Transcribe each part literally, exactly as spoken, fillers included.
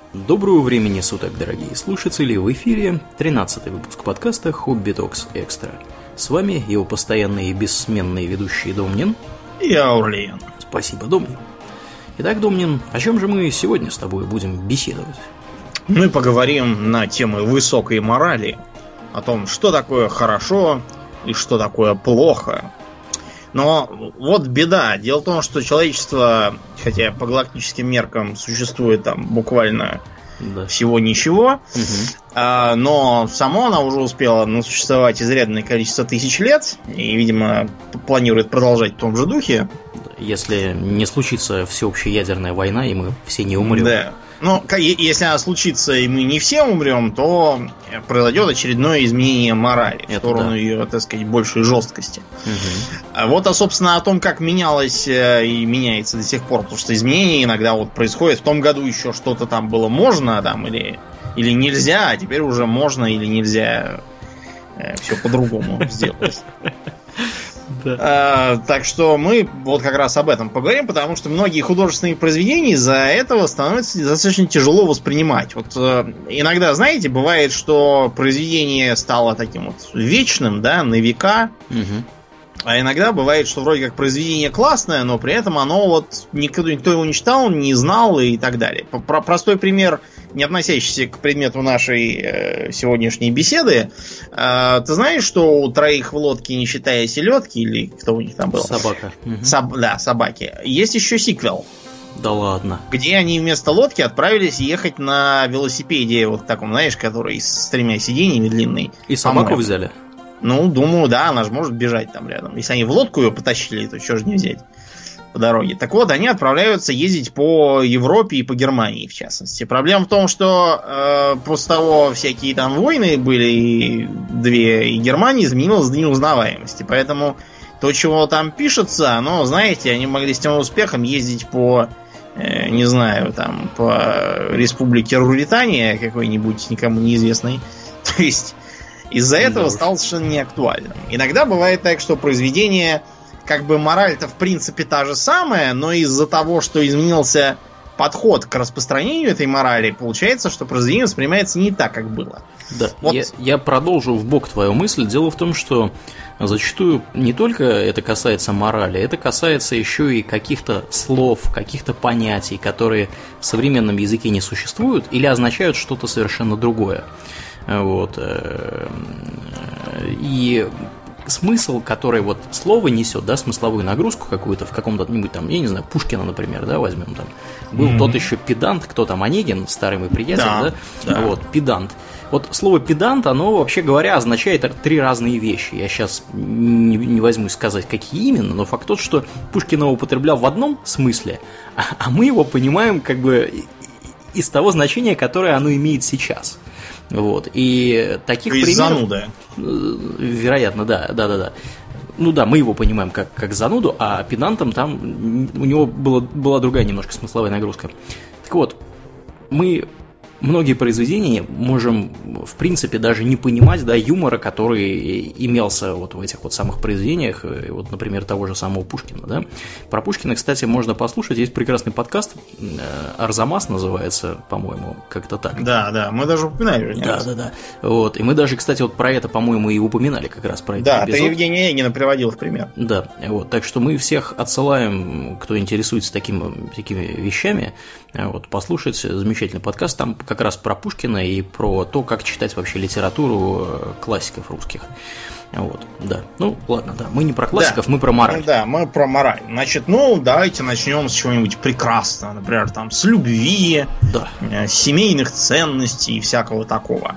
Доброго времени суток, дорогие слушатели, в эфире тринадцатый выпуск подкаста Hobby Talks Extra. С вами его постоянные и бессменные ведущие Домнин и Аурлиен. Спасибо, Домнин. Итак, Домнин, о чем же мы сегодня с тобой будем беседовать? Мы поговорим на темы высокой морали, о том, что такое хорошо и что такое плохо. Но вот беда. Дело в том, что человечество, хотя по галактическим меркам существует там буквально да. всего ничего, угу. а, но само оно уже успело насуществовать изрядное количество тысяч лет и, видимо, планирует продолжать в том же духе. Если не случится всеобщая ядерная война, и мы все не умрем. Да. Ну, если она случится, и мы не все умрем, то произойдет очередное изменение морали Это в сторону да. ее, так сказать, большей жесткости. Угу. А вот, а, собственно, о том, как менялось и меняется до сих пор, потому что изменения иногда вот происходят. В том году еще что-то там было можно, там, или, или нельзя, а теперь уже можно или нельзя все по-другому сделать. Да. А, так что мы вот как раз об этом поговорим, потому что многие художественные произведения из-за этого становятся достаточно тяжело воспринимать. Вот э, иногда, знаете, бывает, что произведение стало таким вот вечным, да, на века. Угу. А иногда бывает, что вроде как произведение классное, но при этом оно вот никто, никто его не читал, не знал и так далее. Про простой пример, не относящийся к предмету нашей э, сегодняшней беседы. Э, ты знаешь, что у троих в лодке, не считая селедки, или кто у них там был? Собака. Угу. Соб, да, собаки. Есть еще сиквел. Да ладно. Где они вместо лодки отправились ехать на велосипеде, вот таком, знаешь, который с тремя сиденьями длинный. И собаку взяли? Ну, думаю, да, она же может бежать там рядом. Если они в лодку ее потащили, то что же не взять по дороге. Так вот, они отправляются ездить по Европе и по Германии, в частности. Проблема в том, что э, после того всякие там войны были, и две, и Германия изменилась до неузнаваемости. Поэтому то, чего там пишется, оно, знаете, они могли с тем успехом ездить по, э, не знаю, там, по республике Руритания какой-нибудь, никому неизвестной. То есть из-за этого да стало совершенно неактуальным. Иногда бывает так, что произведение, как бы мораль-то в принципе та же самая, но из-за того, что изменился подход к распространению этой морали, получается, что произведение воспринимается не так, как было. Да, вот. я, я продолжу вбок твою мысль. Дело в том, что зачастую не только это касается морали, это касается еще и каких-то слов, каких-то понятий, которые в современном языке не существуют или означают что-то совершенно другое. Вот. И смысл, который вот слово несет, да, смысловую нагрузку какую-то в каком-то нибудь там, я не знаю, Пушкина, например, да, возьмем там. Был mm-hmm. тот еще педант, кто там, Онегин, старый мой приятель, да, да? да. Вот, педант. Вот слово педант, оно, вообще говоря, означает три разные вещи. Я сейчас не, не возьмусь сказать, какие именно, но факт тот, что Пушкин его употреблял в одном смысле, а, а мы его понимаем как бы из того значения, которое оно имеет сейчас. Вот. И таких То есть примеров... зануда. Вероятно, да, да, да, да. Ну да, мы его понимаем как, как зануду, а педантом там у него было, была другая немножко смысловая нагрузка. Так вот, мы многие произведения можем, в принципе, даже не понимать, да, юмора, который имелся вот в этих вот самых произведениях, вот, например, того же самого Пушкина, да. Про Пушкина, кстати, можно послушать, есть прекрасный подкаст, «Арзамас» называется, по-моему, как-то так. Да, да, мы даже упоминали. Да, раз. да, да. Вот, и мы даже, кстати, вот про это, по-моему, и упоминали как раз, про этот да, эпизод. Да, ты Евгения Эгина приводил в пример. Да, вот, так что мы всех отсылаем, кто интересуется такими, такими вещами, вот, послушать замечательный подкаст, там как раз про Пушкина и про то, как читать вообще литературу классиков русских. Вот, да. Ну, ладно, да. Мы не про классиков, да. мы про мораль. Да, мы про мораль. Значит, ну, давайте начнем с чего-нибудь прекрасного. Например, там, с любви, да. э, семейных ценностей и всякого такого.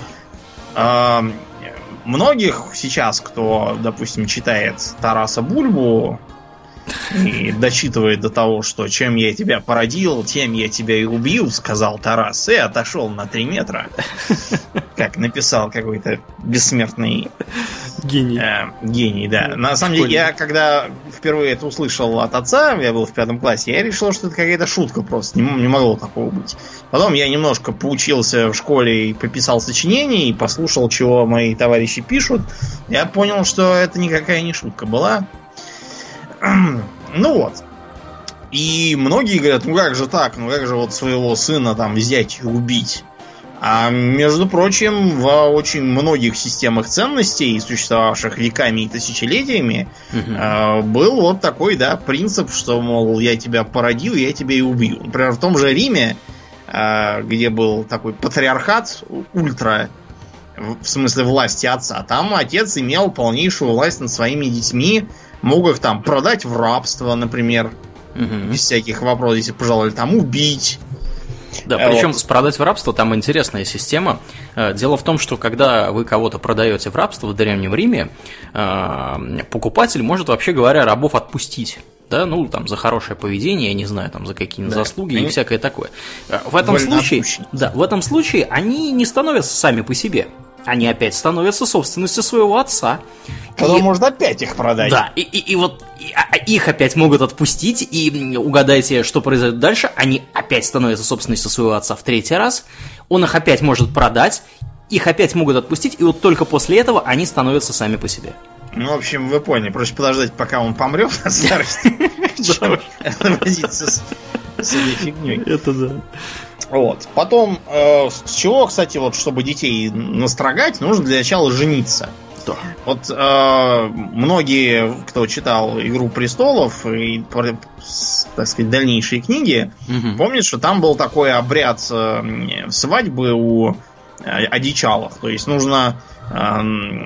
Да. Э, многих сейчас, кто, допустим, читает Тараса Бульбу и дочитывает до того, что чем я тебя породил, тем я тебя и убью, сказал Тарас, и отошел на три метра. Как написал какой-то бессмертный гений. Э, гений, да. На самом деле, я когда впервые это услышал от отца, я был в пятом классе, я решил, что это какая-то шутка просто. Не, не могло такого быть. Потом я немножко поучился в школе и пописал сочинения, и послушал, чего мои товарищи пишут. Я понял, что это никакая не шутка была. Ну вот. И многие говорят, ну как же так, ну как же вот своего сына там взять и убить? А между прочим, в очень многих системах ценностей, существовавших веками и тысячелетиями, угу. э, был вот такой, да, принцип, что, мол, я тебя породил, я тебя и убью. Например, в том же Риме, э, где был такой патриархат ультра, в смысле власти отца, там отец имел полнейшую власть над своими детьми, мог их там продать в рабство, например, угу. без всяких вопросов, если пожелали, там убить. Да, причем вот. Продать в рабство там интересная система. Дело в том, что когда вы кого-то продаете в рабство в Древнем Риме, покупатель может, вообще говоря, рабов отпустить. Да, ну там за хорошее поведение, я не знаю, там за какие-нибудь да. заслуги они... и всякое такое. В этом случае, да, в этом случае они не становятся сами по себе. Они опять становятся собственностью своего отца. Потом и... можно опять их продать. Да, и, и, и вот и, а, их опять могут отпустить, и угадайте, что произойдет дальше. Они опять становятся собственностью своего отца в третий раз. Он их опять может продать, их опять могут отпустить, и вот только после этого они становятся сами по себе. Ну, в общем, вы поняли, проще подождать, пока он помрет от старости, чем возиться с этой фигней. Это да. Вот. Потом, э, с чего, кстати, вот, чтобы детей настрогать, нужно для начала жениться. Да. Вот э, многие, кто читал «Игру престолов» и, так сказать, дальнейшие книги, угу. помнят, что там был такой обряд э, свадьбы у э, одичалых. То есть нужно э,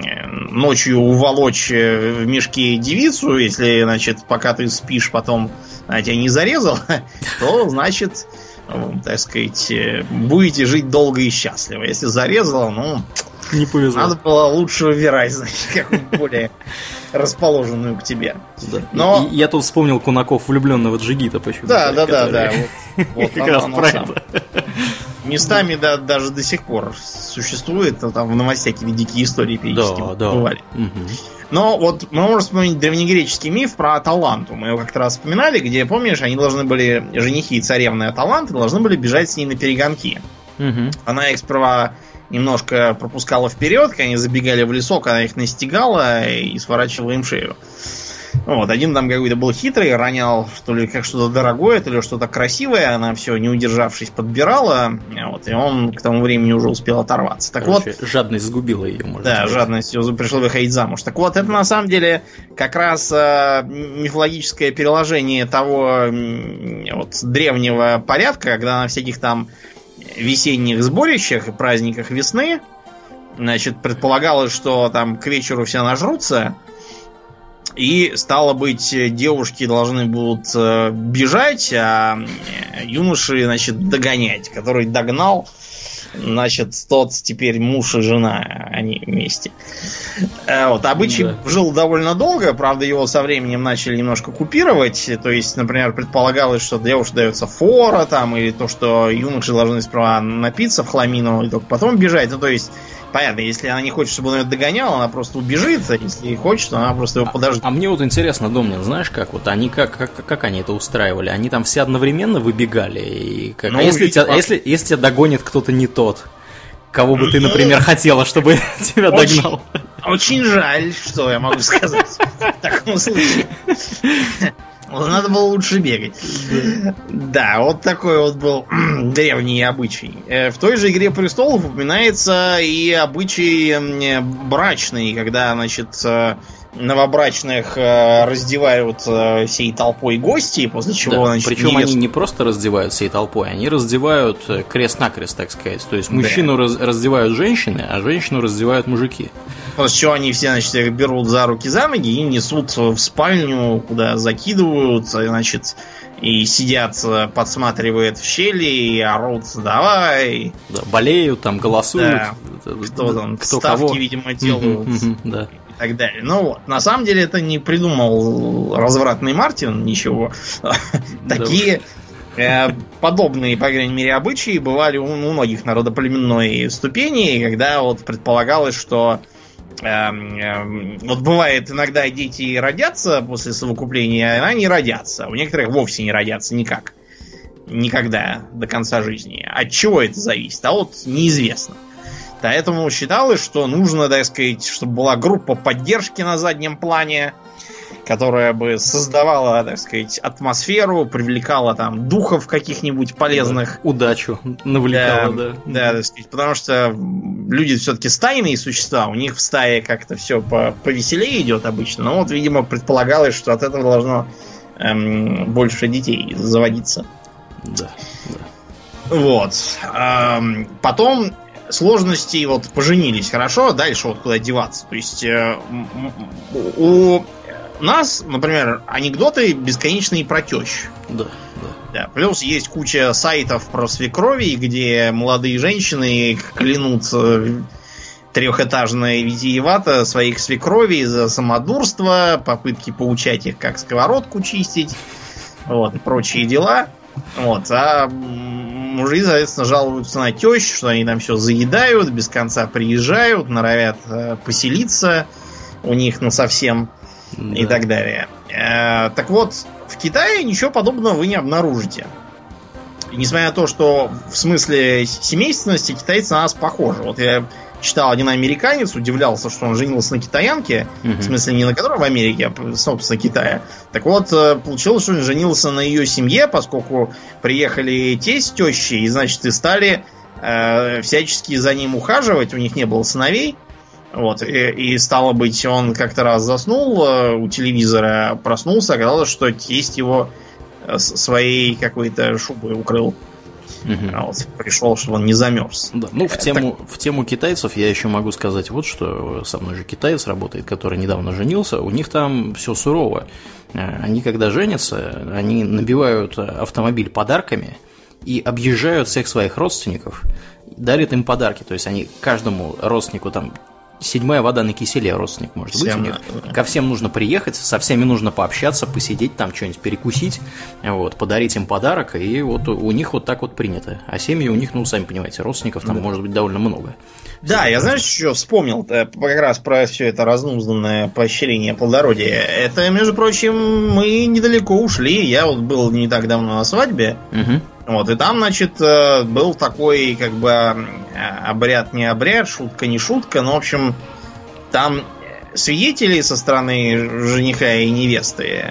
ночью уволочь в мешке девицу, если, значит, пока ты спишь, потом она тебя не зарезала, то, значит... так сказать, будете жить долго и счастливо. Если зарезала, ну, не повезло. Надо было лучше выбирать, значит, какую-нибудь более расположенную к тебе. Да. Но... И, я тут вспомнил Кунаков, влюбленного Джигита, почему-то. Да, да, да, да. Вот как раз про это. Местами да, даже до сих пор существует, там в новостях какие-то дикие истории периодически бывали. Но вот мы можем вспомнить древнегреческий миф про Аталанту. Мы его как-то раз вспоминали, где, помнишь, они должны были, женихи и царевны Аталанты, должны были бежать с ней на перегонки. Угу. Она их сперва немножко пропускала вперед, когда они забегали в лесок, она их настигала и сворачивала им шею. Вот, один там какой-то был хитрый, ронял то ли как что-то дорогое, то ли что-то красивое, она все, не удержавшись, подбирала, вот, и он к тому времени уже успел оторваться. Так Короче, вот, жадность сгубила ее, можно да, сказать. Жадность, пришло выходить замуж. Так вот, это на самом деле как раз э, мифологическое переложение того вот, древнего порядка, когда на всяких там весенних сборищах и праздниках весны, значит, предполагалось, что там к вечеру все нажрутся, и, стало быть, девушки должны будут бежать, а юноши, значит, догонять. Который догнал, значит, тот теперь муж и жена, они вместе. Вот, обычай да. жил довольно долго, правда, его со временем начали немножко купировать. То есть, например, предполагалось, что девушке дается фора, там, или то, что юноши должны сперва напиться в хламину, и только потом бежать. Ну, то есть... Понятно, если она не хочет, чтобы он ее догонял, она просто убежит, а если хочет, то она просто его подождет. А, а мне вот интересно, Домнин, знаешь, как вот они как, как, как они это устраивали? Они там все одновременно выбегали? И как... ну, а если тебя, если, если тебя догонит кто-то не тот, кого бы ты, например, хотела, чтобы тебя догнал? Очень жаль, что я могу сказать в таком случае. Надо было лучше бегать. Да. да, вот такой вот был древний обычай. В той же «Игре престолов» упоминается и обычай брачный, когда, значит, новобрачных раздевают всей толпой гости, после чего, да, значит, причем невест... они не просто раздевают всей толпой, они раздевают крест-накрест, так сказать. То есть мужчину да. раз- раздевают женщины, а женщину раздевают мужики. После чего они все, значит, их берут за руки, за ноги и несут в спальню, куда закидывают, значит, и сидят, подсматривают в щели и орут «давай». Да, болеют, там, голосуют. Да, кто там, кто ставки, кого. видимо, делают. Да. И так далее. Ну вот, на самом деле это не придумал развратный Мартин ничего. Такие подобные, по крайней мере, обычаи бывали у многих народоплеменной ступени, когда вот предполагалось, что вот бывает иногда дети родятся после совокупления, а они родятся. У некоторых вовсе не родятся никак. Никогда до конца жизни. От чего это зависит? А вот неизвестно. Поэтому считалось, что нужно, так сказать, чтобы была группа поддержки на заднем плане. которая бы создавала, так сказать, атмосферу, привлекала там духов каких-нибудь полезных. Да, удачу навлекала, да. Да, да, так сказать, потому что люди все-таки стайные существа, у них в стае как-то все по повеселее идет обычно, но вот, видимо, предполагалось, что от этого должно эм, больше детей заводиться. Да, да. Вот. Эм, потом сложности, вот поженились, хорошо, дальше вот куда деваться. То есть э, у нас, например, анекдоты бесконечные про тещ. Да, да. Да, плюс есть куча сайтов про свекрови, где молодые женщины клянут трехэтажное витиевато своих свекровей за самодурство, попытки поучать их, как сковородку чистить, вот, и прочие дела. Вот, а мужи, соответственно, жалуются на тещ, что они там все заедают, без конца приезжают, норовят э, поселиться у них насовсем, да, и так далее. Э, так вот, в Китае ничего подобного вы не обнаружите. И несмотря на то, что в смысле семейственности китайцы на нас похожи. Вот я читал, один американец удивлялся, что он женился на китаянке, uh-huh. в смысле не на которой в Америке, а, собственно, Китая. Так вот, получилось, что он женился на ее семье, поскольку приехали тесть, тещи, и, значит, и стали э, всячески за ним ухаживать, у них не было сыновей. Вот, и, и стало быть, он как-то раз заснул э, у телевизора, проснулся, оказалось, что тесть его э, своей какой-то шубой укрыл. Угу. А вот пришел, чтобы он не замерз. Да. Ну, в тему, так... в тему китайцев я еще могу сказать вот что. Со мной же китаец работает, который недавно женился. У них там все сурово. Они, когда женятся, они набивают автомобиль подарками и объезжают всех своих родственников, дарят им подарки. То есть они каждому родственнику там... Седьмая вода на киселе родственник может быть у них. Ко всем нужно приехать, со всеми нужно пообщаться, посидеть там, что-нибудь перекусить, вот, подарить им подарок, и вот у них вот так вот принято. А семьи у них, ну, сами понимаете, родственников там да. может быть довольно много. Да, все я знаешь, что вспомнил как раз про все это разнузданное поощрение плодородия. Это, между прочим, мы недалеко ушли. Я вот был не так давно на свадьбе. Угу. Вот, и там, значит, был такой, как бы, обряд не обряд, шутка не шутка, но, в общем, там свидетели со стороны жениха и невесты,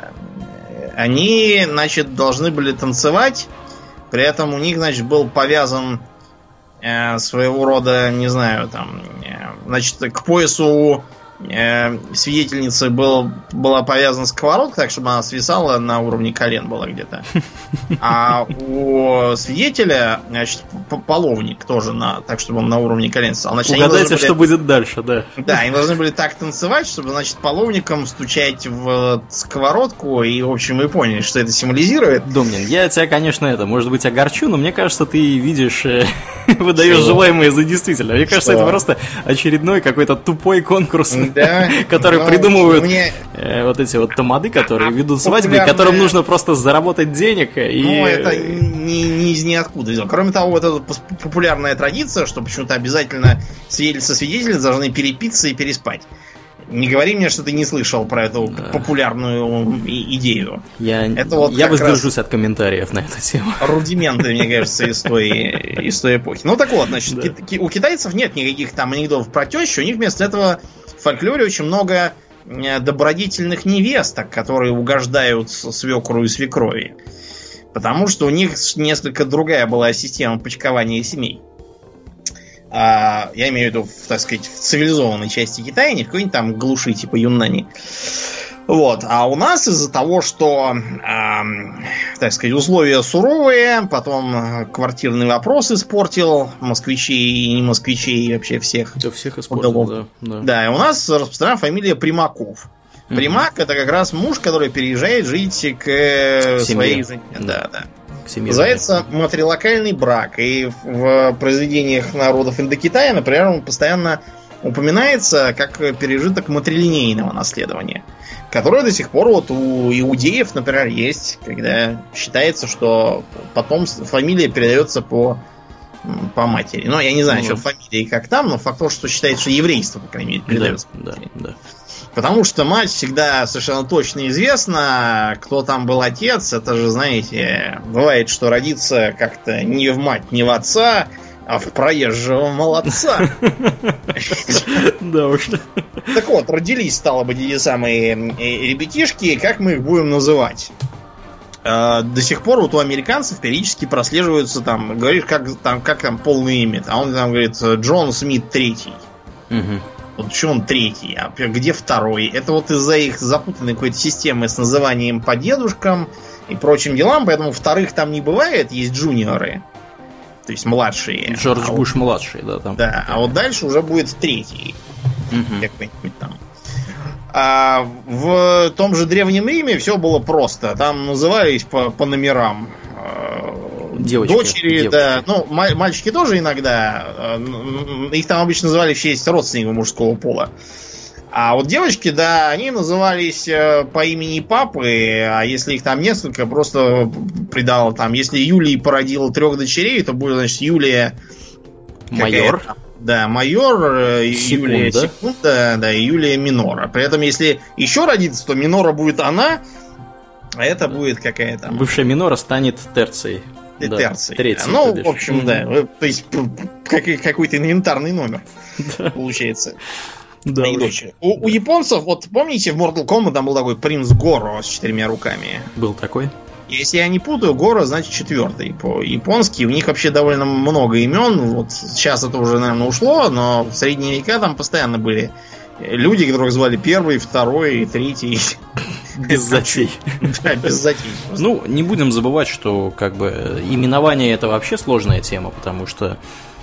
они, значит, должны были танцевать, при этом у них, значит, был повязан своего рода, не знаю, там, значит, к поясу свидетельницы был, была повязана сковородка, так чтобы она свисала на уровне колен была где-то. А у свидетеля, значит, половник тоже на, так, чтобы он на уровне колен стал. Значит, угадайте, были, что будет дальше, да. Да, они должны были так танцевать, чтобы, значит, половником стучать в сковородку, и, в общем, мы поняли, что это символизирует. Домнин, я тебя, конечно, это, может быть, огорчу, но мне кажется, ты видишь, выдаешь желаемое за действительное. Мне кажется, это просто очередной какой-то тупой конкурс. Да, которые ну, придумывают мне... э, вот эти вот тамады, которые а, ведут свадьбы, популярная... которым нужно просто заработать денег. И... Ну, это не, не из ниоткуда. Кроме того, вот эта популярная традиция, что почему-то обязательно свидетельство свидетели должны перепиться и переспать. Не говори мне, что ты не слышал про эту да. популярную идею. Я, это вот я воздержусь от комментариев на эту тему. Рудименты, мне кажется, из той, из той эпохи. Ну так вот, значит, да. ки- у китайцев нет никаких там анекдотов про тещу, у них вместо этого в фольклоре очень много добродетельных невесток, которые угождают свекру и свекрови. Потому что у них несколько другая была система почкования семей. А, я имею в виду, так сказать, в цивилизованной части Китая, не в какой-нибудь там глуши типа Юннани. Вот. А у нас из-за того, что, э, так сказать, условия суровые, потом квартирный вопрос испортил москвичей и не москвичей, вообще всех. Да, всех испортил, да, да. Да, и у нас распространена фамилия Примаков. Примак mm-hmm. это как раз муж, который переезжает жить к своей жене. Да, да. Называется матрилокальный брак. И в произведениях народов Индокитая, например, он постоянно упоминается как пережиток матрилинейного наследования, которое до сих пор вот у иудеев, например, есть, когда считается, что потом фамилия передается по, по матери. Но я не знаю, ну, что фамилия и как там, но факт того, что считается, что еврейство, по крайней мере, передается. Да, да, да. Потому что мать всегда совершенно точно известна, кто там был отец. Это же, знаете, бывает, что родиться как-то не в мать, не в отца, а в проезжего молодца. Да уж. Так вот, родились, стало быть, эти самые ребятишки, как мы их будем называть? До сих пор вот у американцев периодически прослеживаются там, говоришь, как там, как там полное имя, а он там говорит Джон Смит третий. Угу. Вот что он третий, а где второй? Это вот из-за их запутанной какой-то системы с называнием по дедушкам и прочим делам, поэтому вторых там не бывает, есть джуниоры, то есть младшие. Джордж а Буш вот, младший, да, там. Да, а вот дальше уже будет третий. Угу. Какой-нибудь там. А в том же Древнем Риме все было просто. Там назывались по, по номерам. Девочки, дочери, девочки. Да. Ну, мальчики тоже иногда. Их там обычно называли в честь родственников мужского пола. А вот девочки, да, они назывались по имени папы, а если их там несколько, просто придало там. Если Юлия породила трех дочерей, то будет, значит, Юлия майор. Да, майор, Секунда. Юлия секунда, да, и Юлия минора. При этом, если еще родится, то минора будет она, а это будет какая-то... Бывшая минора станет терцией. Да, терцией. Третий, ну, то в общем, mm-hmm. да. То есть, как, какой-то инвентарный номер получается. Да, у, у японцев, вот помните, в Mortal Kombat там был такой принц Горо с четырьмя руками? Был такой? Если я не путаю, Горо значит четвертый по-японски. У них вообще довольно много имен. Вот сейчас это уже, наверное, ушло, но в средние века там постоянно были люди, которых звали первый, второй, третий. Без затей. Да, без затей. Ну, не будем забывать, что как бы именование это вообще сложная тема, потому что,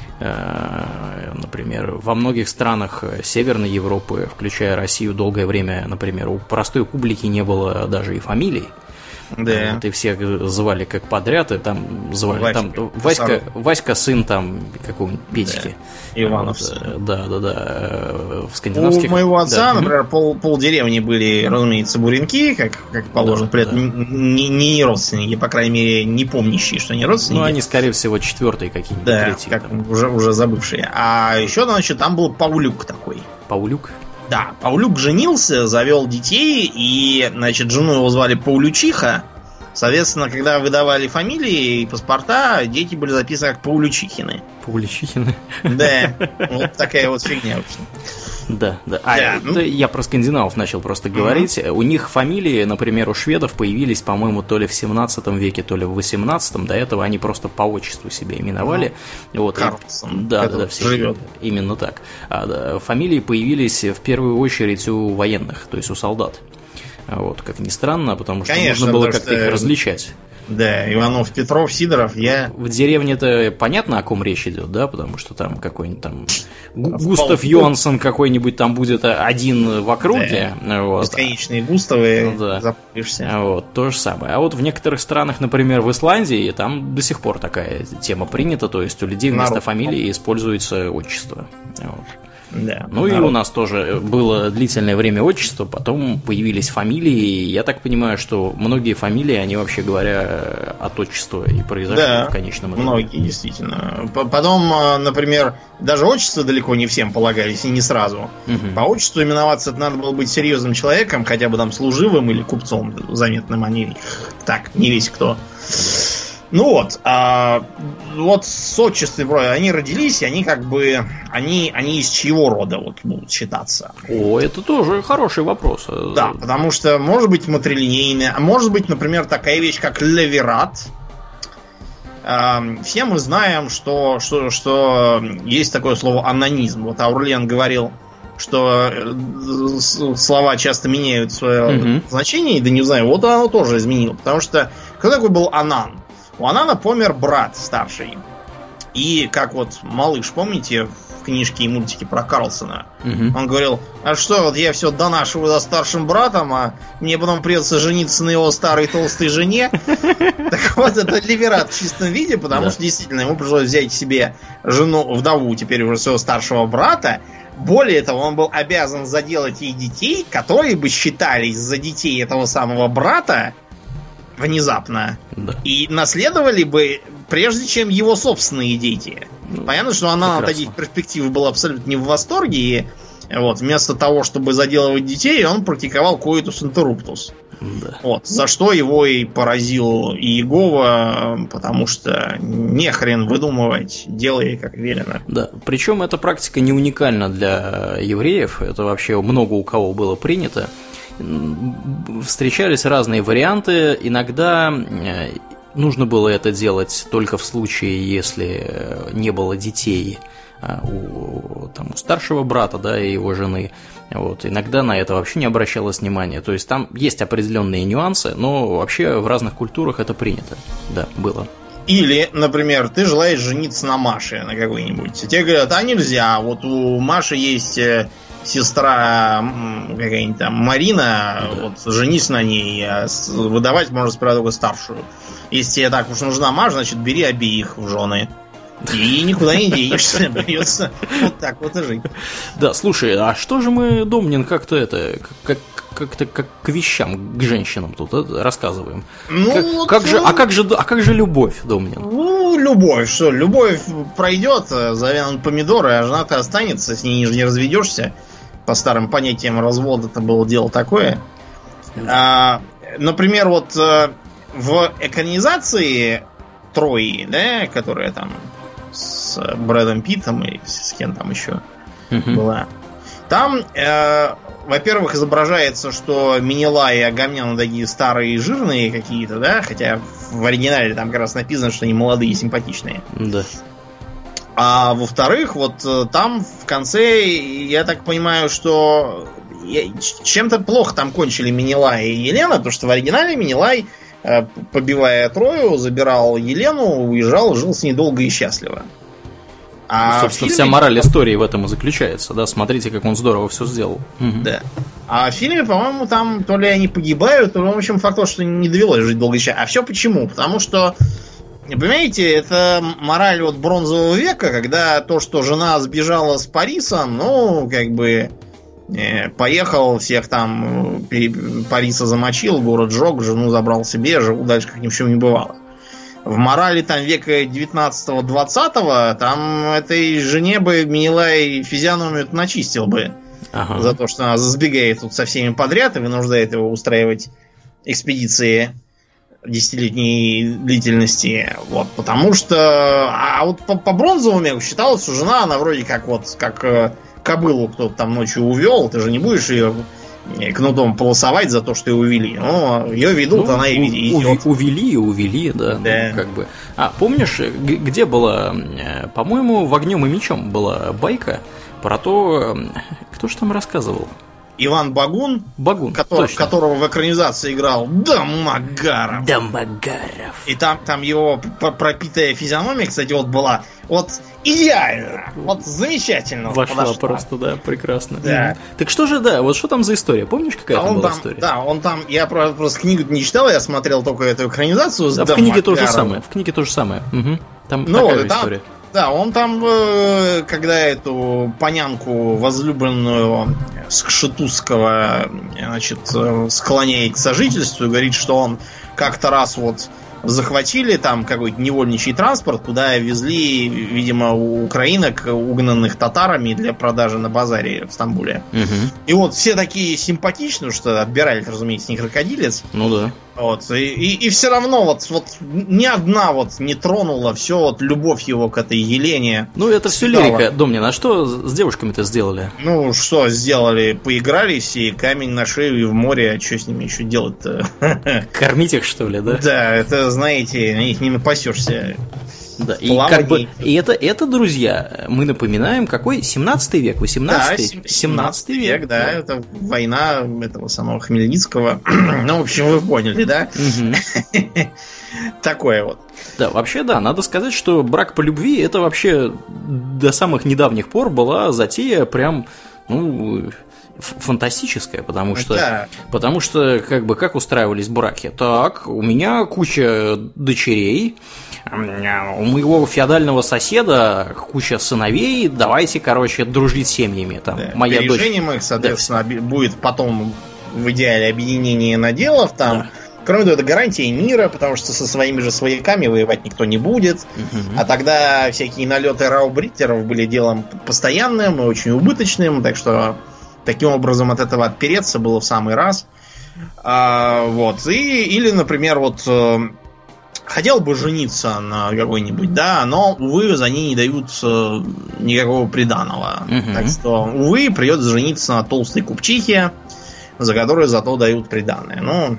например, во многих странах Северной Европы, включая Россию, долгое время, например, у простой публики не было даже и фамилий. Да. Вот, и всех звали как подряд, и там звали Васька, там, Васька, Васька сын там какого-нибудь Петьки. Да. Иванов. Вот, да, да, да. В скандинавских... У моего отца, да. например, пол, пол деревни были, разумеется, буренки, как, как положено, да, при этом да. не, не родственники, по крайней мере, не помнящие, что не родственники. Ну, они, скорее всего, четвертые какие-нибудь, да, третьи. Как уже, уже забывшие. А еще, значит, там был Паулюк такой. Паулюк? Да, Паулюк женился, завел детей, и, значит, жену его звали Паулючиха. Соответственно, когда выдавали фамилии и паспорта, дети были записаны как Паулючихины. Паулючихины? Да, вот такая вот фигня. Да, да. А, да, ну... я про скандинавов начал просто говорить. Mm-hmm. У них фамилии, например, у шведов появились, по-моему, то ли в семнадцатом веке, то ли в восемнадцатом. До этого они просто по отчеству себя именовали. Mm-hmm. Вот, Карлсон. Да, да, да, все живет. Именно так. А, да, фамилии появились в первую очередь у военных, то есть у солдат. Вот, как ни странно, потому что Конечно, нужно было как-то их различать. Да, Иванов, Петров, Сидоров, я... В деревне-то понятно, о ком речь идет, да, потому что там какой-нибудь там Гу- Густав Йонсон какой-нибудь там будет один в округе. Да. Вот. Бесконечные Густавы, да. запутаешься. Вот, то же самое. А вот в некоторых странах, например, в Исландии, там до сих пор такая тема принята, то есть у людей вместо Народ. фамилии используется отчество. Вот. Да, ну народ. И у нас тоже было длительное время отчество, потом появились фамилии, и я так понимаю, что многие фамилии, они вообще говоря от отчества и произошли да, в конечном итоге. Многие, действительно. Потом, например, даже отчества далеко не всем полагались, и не сразу. Угу. По отчеству именоваться это надо было быть серьезным человеком, хотя бы там служивым или купцом заметным, а не так, не весь кто. Ну вот, а, вот с отчеством, они родились, и они как бы, они, они из чьего рода вот будут считаться? О, это тоже хороший вопрос. Да, потому что может быть матрилинейное, а может быть, например, такая вещь, как левират. А, все мы знаем, что, что, что есть такое слово анонизм. Вот Аурлиен говорил, что слова часто меняют свое угу. значение, да не знаю, вот оно тоже изменило, потому что кто такой был Анан? У Анана помер брат старший. И как вот малыш, помните, в книжке и мультике про Карлсона, угу. он говорил, а что, вот я все донашиваю за старшим братом, а мне потом придется жениться на его старой толстой жене. Так вот, это леверат в чистом виде, потому что действительно ему пришлось взять себе жену, вдову, теперь уже своего старшего брата. Более того, он был обязан заделать ей детей, которые бы считались за детей этого самого брата, внезапно. Да. И наследовали бы, прежде чем его собственные дети. Ну, понятно, что она от таких перспектив была абсолютно не в восторге. И вот, вместо того, чтобы заделывать детей, он практиковал коитус интерруптус. Да. Вот, за что его и поразил Иегова, потому что не хрен выдумывать, делай как велено. Да, причем эта практика не уникальна для евреев, это вообще много у кого было принято. Встречались разные варианты, иногда нужно было это делать только в случае, если не было детей у, там, у старшего брата, да, и его жены. Вот. Иногда на это вообще не обращалось внимания. То есть там есть определенные нюансы, но вообще в разных культурах это принято. Да, было. Или, например, ты желаешь жениться на Маше, на какой-нибудь. Тебе говорят, а нельзя, вот у Маши есть сестра какая-нибудь там Марина, да. Вот женись на ней, а выдавать можно сперва только старшую. Если тебе так уж нужна Маша, значит бери обеих в жены. И никуда не денешься, придется вот так вот и жить. Да, слушай, а что же мы, Домнин, как-то это, как, как-то как к вещам, к женщинам тут это, рассказываем? Ну, как, вот, как же, а как же, а как же любовь, Домнин? Ну, любовь, что, любовь пройдет, завянут помидоры, а жена-то останется, с ней не разведешься. По старым понятиям развода это было дело такое. А, например, вот в экранизации Трои, да, которая там с Брэдом Питтом и с кем там еще uh-huh. была. Там, э, во-первых, изображается, что Менелай и Агамемнон такие старые и жирные какие-то, да, хотя в оригинале там как раз написано, что они молодые и симпатичные. Да. А во-вторых, вот там в конце, я так понимаю, что чем-то плохо там кончили Менелай и Елена, потому что в оригинале Менелай, побивая Трою, забирал Елену, уезжал, жил с ней долго и счастливо. А собственно, фильме... вся мораль истории в этом и заключается, да, смотрите, как он здорово все сделал. Да. А в фильме, по-моему, там то ли они погибают, то ли, в общем, факт то, что не довелось жить долго и счастливо. А все почему? Потому что, понимаете, это мораль вот бронзового века, когда то, что жена сбежала с Парисом, ну, как бы... Поехал, всех там Париса замочил, город сжег, жену забрал себе, живу дальше как ни в чем не бывало. В морали там века девятнадцатого-двадцатого там этой жене бы Менелай физиономию начистил бы. Ага. За то, что она сбегает тут со всеми подряд и вынуждает его устраивать экспедиции десятилетней длительности. Вот, потому что... А вот по, по бронзовому веку считалось, что жена, она вроде как вот, как... кобылу кто-то там ночью увел, ты же не будешь ее кнутом полосовать за то, что ее увели. Но ее ведут, ну, она и идет. Увели и увели, да. да. Ну, как бы. А помнишь, где была, по-моему, в «Огнем и мечом» была байка про то, кто же там рассказывал? Иван Багун, Багун который, которого в экранизации играл Домогаров. Домогаров. И там, там его пропитая физиономия, кстати, вот была вот идеально, вот замечательно. Вошла подошла. Просто, да, прекрасно. Да. Так что же, да, вот что там за история? Помнишь, какая а там была там, история? Да, он там, я просто, просто книгу не читал, я смотрел только эту экранизацию с да, в книге то же самое, в книге то же самое. Угу. Там ну, такая же там, история. Да, он там, когда эту понянку возлюбленную Скшетузского, значит, склоняет к сожительству и говорит, что он как-то раз вот захватили там какой-то невольничий транспорт, куда везли, видимо, украинок, угнанных татарами для продажи на базаре в Стамбуле. Угу. И вот все такие симпатичные, что отбирали, разумеется, не крокодилец. Ну да. Вот, и, и, и все равно вот, вот ни одна вот не тронула все вот любовь его к этой Елене. Ну это все лирика, Домнин. А что с девушками-то сделали? Ну что сделали? Поигрались и камень на шею и в море. А что с ними еще делать-то? Кормить их, что ли, да? Да, это, знаете, на них не напасешься. Да, и, как бы, и это, это, друзья, мы напоминаем, какой? семнадцатый век, восемнадцатый? Да, семнадцатый век, век, да, это война этого самого Хмельницкого. Ну, в общем, вы поняли, да? Такое вот. Да, вообще, да, надо сказать, что брак по любви, это вообще до самых недавних пор была затея прям, ну... фантастическая, потому что, да. потому что как бы как устраивались браки. Так, у меня куча дочерей, у моего феодального соседа куча сыновей, давайте, короче, дружить с семьями. Там, да. моя Переженим дочь... их, соответственно, да. будет потом в идеале объединение наделов там. Да. Кроме того, это гарантия мира, потому что со своими же свояками воевать никто не будет. Uh-huh. А тогда всякие налеты раубриттеров были делом постоянным и очень убыточным, так что таким образом от этого отпереться было в самый раз. А, вот. И, или, например, вот хотел бы жениться на какой-нибудь, да, но, увы, за ней не дают никакого приданого. Угу. Так что, увы, придется жениться на толстой купчихе, за которую зато дают приданое. Ну,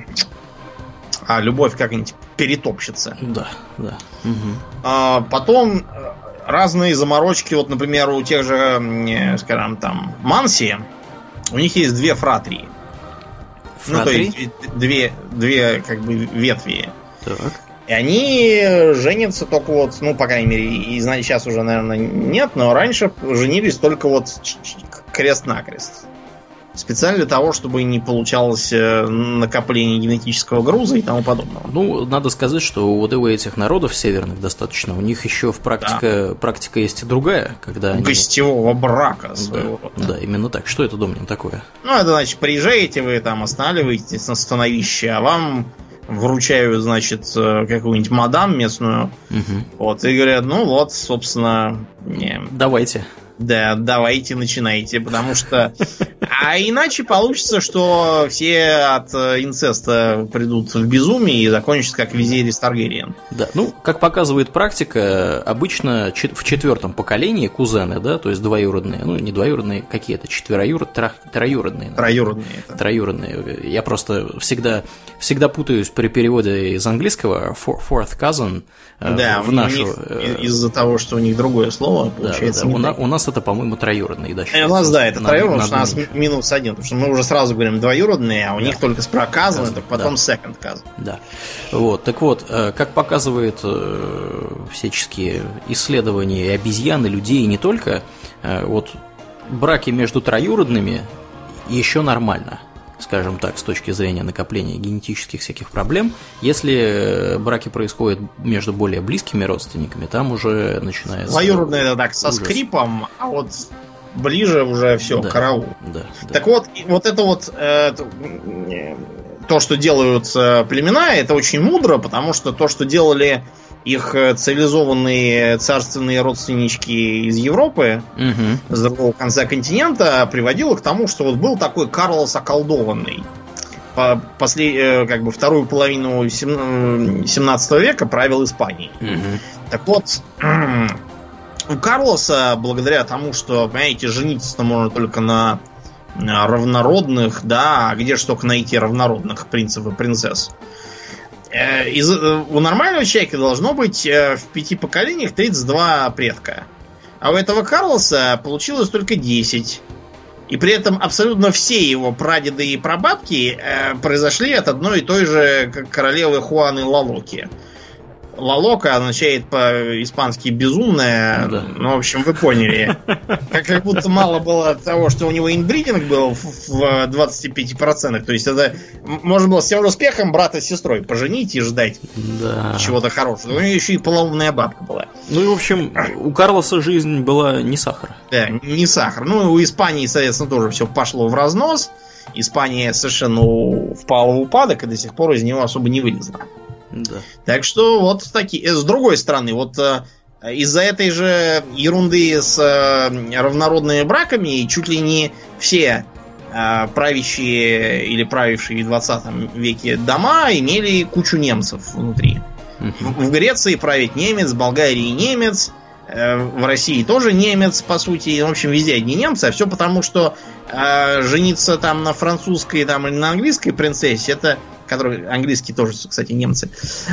а любовь как-нибудь перетопчется. Да, да. Угу. А, потом разные заморочки, вот, например, у тех же, скажем, там, Манси, у них есть две фратрии. Фратрии? Ну, то есть две, две как бы ветви. Так. И они женятся только вот, ну, по крайней мере, и сейчас уже, наверное, нет, но раньше женились только вот крест-накрест. Специально для того, чтобы не получалось накопление генетического груза и тому подобного. Ну, надо сказать, что у вот у этих народов северных достаточно, у них еще в практика, да. практика есть и другая, когда они... Гостевого брака своего. Да, да, именно так. Что это, Домнин, такое? Ну, это, значит, приезжаете вы там, останавливаетесь на становище, а вам вручают, значит, какую-нибудь мадам местную, угу. вот, и говорят, ну вот, собственно... Не... Давайте. Да, давайте, начинайте, потому что... А иначе получится, что все от инцеста придут в безумие и закончатся как Визерис Таргариен. Да, ну, как показывает практика, обычно в четвертом поколении кузены, да, то есть двоюродные, ну, не двоюродные, какие-то, четвероюродные, троюродные. Троюродные. Да. Троюродные. Я просто всегда, всегда путаюсь при переводе из английского fourth cousin да, в нашу... из-за того, что у них другое слово, получается. Да, да, да. У, на, у нас это, по-моему, троюродные, да? У нас, да, это троюродные, потому что у нас минус один, потому что мы уже сразу говорим двоюродные, а у да. них только спроказаны, так потом да. second cousin. Да. Вот, так вот, как показывают всяческие исследования обезьян и людей, и не только, вот браки между троюродными еще нормально, скажем так, с точки зрения накопления генетических всяких проблем. Если браки происходят между более близкими родственниками, там уже начинается... Двоюродные это так, со ужас. Скрипом, а вот ближе уже все, да, караул. Да, так да. вот, вот это вот э, то, что делают э, племена, это очень мудро, потому что то, что делали их цивилизованные царственные родственнички из Европы, угу. с другого конца континента, приводило к тому, что вот был такой Карлос околдованный. По, после, как бы вторую половину семнадцатого века правил Испанией. Угу. Так вот, у Карлоса, благодаря тому, что, понимаете, жениться-то можно только на равнородных, да, а где же только найти равнородных принцев и принцесс? Из, у нормального человека должно быть в пяти поколениях тридцать два предка. А у этого Карлоса получилось только десять. И при этом абсолютно все его прадеды и прабабки э, произошли от одной и той же королевы Хуаны Лалоки. Лалока означает по-испански безумная. Да. Ну, в общем, вы поняли. Как, как будто мало было того, что у него инбридинг был в двадцати пяти процентах. То есть это можно было с тем же успехом брата с сестрой поженить и ждать да. чего-то хорошего. У него еще и полоумная бабка была. Ну и, в общем, у Карлоса жизнь была не сахар. Да, не сахар. Ну, у Испании, соответственно, тоже все пошло в разнос. Испания совершенно впала в упадок и до сих пор из него особо не вылезла. Да. Так что вот такие. С другой стороны, вот э, из-за этой же ерунды с э, равнородными браками чуть ли не все э, правящие или правившие в двадцатом веке дома имели кучу немцев внутри. Uh-huh. В, в Греции правит немец, в Болгарии немец, э, в России тоже немец, по сути. В общем, везде одни немцы, а все потому, что э, жениться там на французской там, или на английской принцессе, это которые английские тоже, кстати, немцы.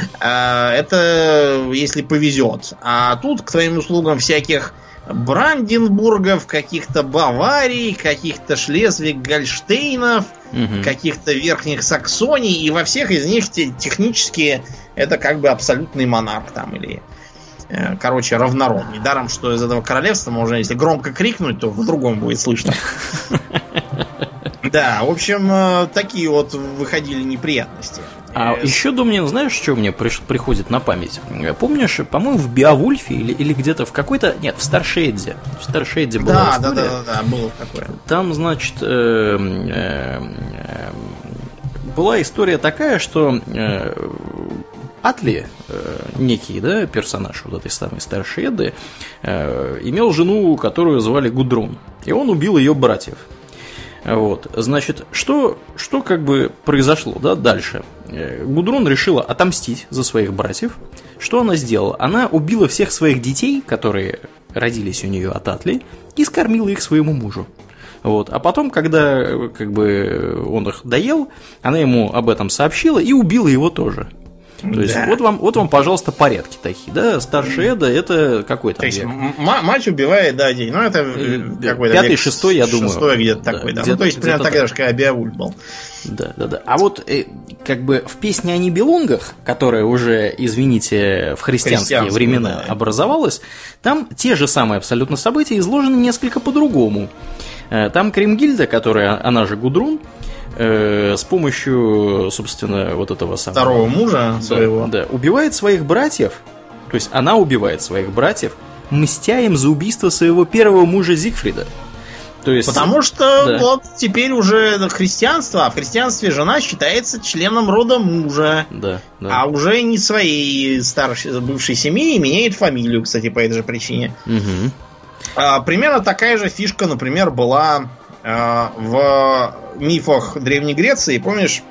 Это если повезет. А тут к твоим услугам всяких Бранденбургов, каких-то Баварий, каких-то Шлезвиг-Гольштейнов, угу. каких-то Верхних Саксоний, и во всех из них технически это как бы абсолютный монарх там или короче, равнородный. Даром, что из этого королевства можно, если громко крикнуть, то в другом будет слышно. Да, в общем, такие вот выходили неприятности. А э, еще, Домнин, знаешь, что мне приш- приходит на память? Помнишь, по-моему, в Беовульфе или, или где-то в какой-то... Нет, в Старшейдзе. В Старшейдзе была да, история. Да, да, да, да, было такое. Там, значит, э, э, э, была история такая, что э, Атли, э, некий, да, персонаж вот этой самой Старшей Эдды, э, имел жену, которую звали Гудрун. И он убил ее братьев. Вот, значит, что, что как бы произошло, да, дальше? Гудрун решила отомстить за своих братьев. Что она сделала? Она убила всех своих детей, которые родились у нее от Атли, и скормила их своему мужу. Вот. А потом, когда как бы он их доел, она ему об этом сообщила и убила его тоже. То есть, да. вот, вам, вот вам, пожалуйста, порядки такие, да? Старший Эда, это какой там век? М- мать убивает, да, день. Ну, это какой-то пятый, шестой, я думаю. Шестой где-то да, такой, да. Где-то, ну, то есть, примерно тогда же, когда Беовульф был. Да, да, да. А вот, как бы, в песне о Нибелунгах, которая уже, извините, в христианские времена да. образовалась, там те же самые абсолютно события изложены несколько по-другому. Там Кримгильда, которая, она же Гудрун, с помощью, собственно, вот этого самого второго мужа да, своего да, убивает своих братьев. То есть она убивает своих братьев, мстя им за убийство своего первого мужа Зигфрида. То есть, потому что да. вот теперь уже христианство, а в христианстве жена считается членом рода мужа, да, да. а уже не своей старшей бывшей семьи, и меняет фамилию, кстати, по этой же причине. Угу. А, примерно такая же фишка, например, была в мифах Древней Греции. Помнишь,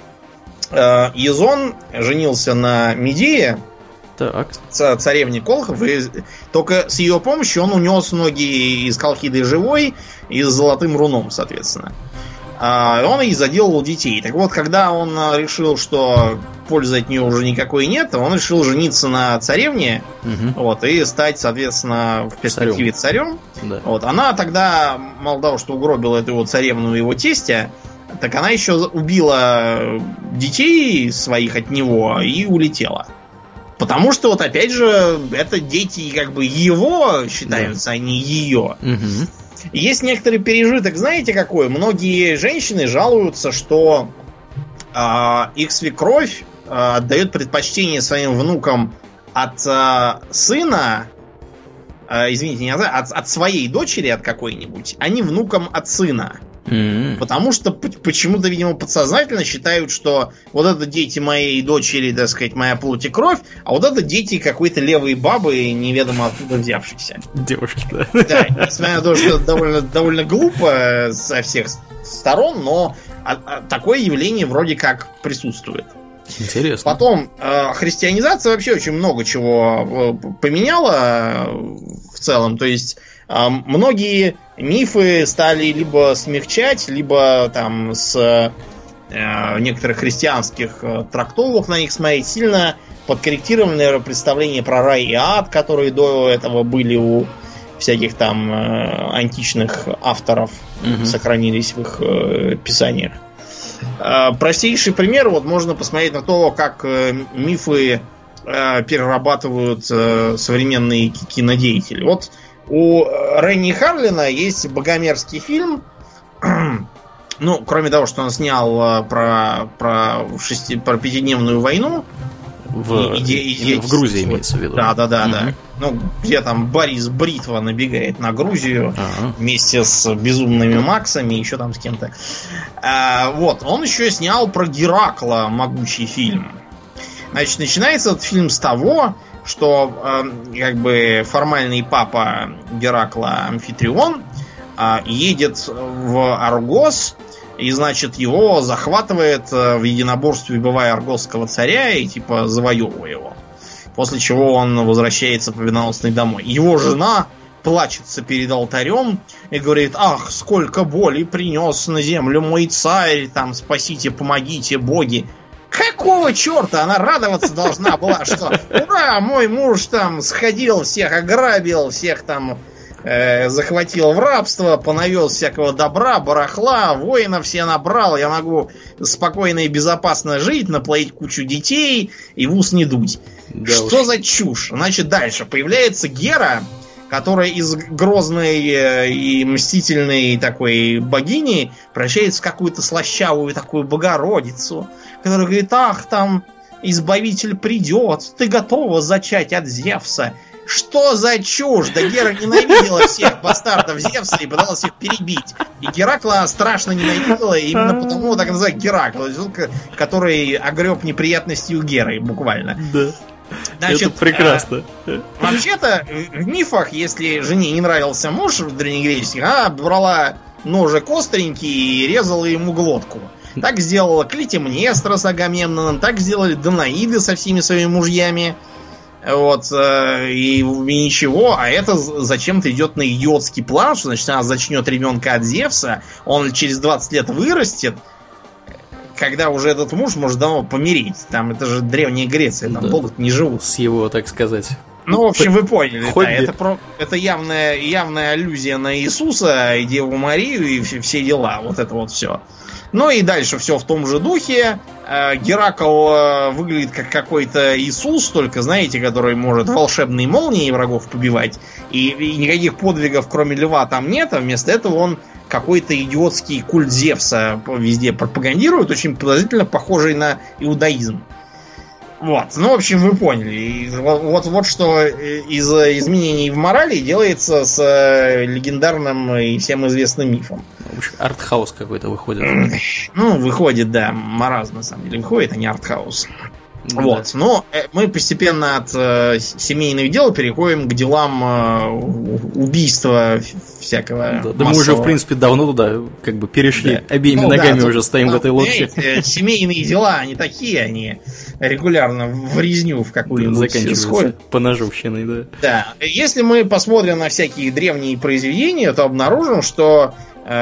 Язон женился на Медее, так. царевне Колхов, и только с ее помощью он унес ноги из Колхиды живой и с золотым руном, соответственно. И он ей заделал детей. Так вот, когда он решил, что пользы от нее уже никакой нет, он решил жениться на царевне, угу. вот, и стать, соответственно, в перспективе царем. царем. Да. Вот, она тогда, мало того, что угробила эту его царевну и его тестя, так она еще убила детей своих от него и улетела. Потому что, вот опять же, это дети как бы его считаются, да. а не ее. Угу. Есть некоторый пережиток, знаете какой? Многие женщины жалуются, что э, их свекровь э, отдает предпочтение своим внукам от э, сына, э, извините, не от, от, от своей дочери, от какой-нибудь, а не внукам от сына. Mm-hmm. Потому что почему-то, видимо, подсознательно считают, что вот это дети моей дочери, так сказать, моя плоть и кровь, а вот это дети какой-то левой бабы, неведомо откуда взявшейся. Девушки, да. Да, несмотря на то, что это довольно, довольно глупо со всех сторон, но такое явление вроде как присутствует. Интересно. Потом, христианизация вообще очень много чего поменяла в целом, то есть многие мифы стали либо смягчать, либо там с э, некоторых христианских э, трактовок на них смотреть, сильно подкорректированное представление про рай и ад, которые до этого были у всяких там э, античных авторов, угу. сохранились в их э, писаниях. Э, простейший пример, вот можно посмотреть на то, как э, мифы э, перерабатывают э, современные кинодеятели. Вот у Ренни Харлина есть богомерзкий фильм. Ну, кроме того, что он снял про, про, шести, про пятидневную войну. В, и, и, и, в Грузии имеется в виду. Да, да, да, угу. да. Ну, где там Борис Бритва набегает на Грузию ага. вместе с безумными Максами, еще там с кем-то. А, вот, он еще снял про Геракла могучий фильм. Значит, начинается этот фильм с того, что э, как бы формальный папа Геракла Амфитрион э, едет в Аргос, и, значит, его захватывает э, в единоборстве, убивая аргосского царя и, типа, завоевывая его. После чего он возвращается победоносный домой. Его жена плачется перед алтарем и говорит: ах, сколько боли принес на землю мой царь, там, спасите, помогите, боги. Какого черта она радоваться должна была, что ура, мой муж там сходил, всех ограбил, всех там э, захватил в рабство, понавез всякого добра, барахла, воинов все набрал, я могу спокойно и безопасно жить, наплодить кучу детей и в ус не дуть. Да что уж. За чушь? Значит, дальше появляется Гера, которая из грозной и мстительной такой богини превращается в какую-то слащавую такую богородицу, которая говорит: ах, там избавитель придет, ты готова зачать от Зевса. Что за чушь? Да Гера ненавидела всех бастардов Зевса и пыталась их перебить. И Геракла страшно ненавидела, и именно потому так называют Геракл, который огреб неприятности у Геры, буквально. Да. Значит, это прекрасно. А, вообще-то, в мифах, если жене не нравился муж в древнегреческих, она брала ножик остренький и резала ему глотку. Так сделала Клитемнестра с Агамемноном, так сделали Данаиды со всеми своими мужьями. Вот, и, и ничего, а это зачем-то идет на идиотский план, что, значит, она зачнет ребенка от Зевса, он через двадцать лет вырастет, когда уже этот муж может давно помереть. Там это же Древняя Греция, там да. долго не живут. С его, так сказать. Ну, в общем, вы поняли, да, это, про, это явная, явная аллюзия на Иисуса и Деву Марию и все, все дела, вот это вот все. Ну и дальше все в том же духе. Геракл выглядит как какой-то Иисус, только, знаете, который может волшебные молнии врагов побивать. И, и никаких подвигов, кроме льва, там нет. А вместо этого он какой-то идиотский культ Зевса везде пропагандирует, очень подозрительно похожий на иудаизм. Вот, ну, в общем, вы поняли. И вот, вот, вот что из изменений в морали делается с легендарным и всем известным мифом. Артхаус какой-то выходит. Ну, выходит, да, маразм на самом деле выходит, а не артхаус. Да. Вот, но мы постепенно от э, семейных дел переходим к делам э, убийства всякого. Да, да мы уже, в принципе, давно туда как бы перешли, да. обеими ну, ногами да, уже стоим ну, в этой лодке. Семейные дела, они такие, они регулярно в резню в какую-нибудь исходят. Поножовщиной, да. Да, если мы посмотрим на всякие древние произведения, то обнаружим, что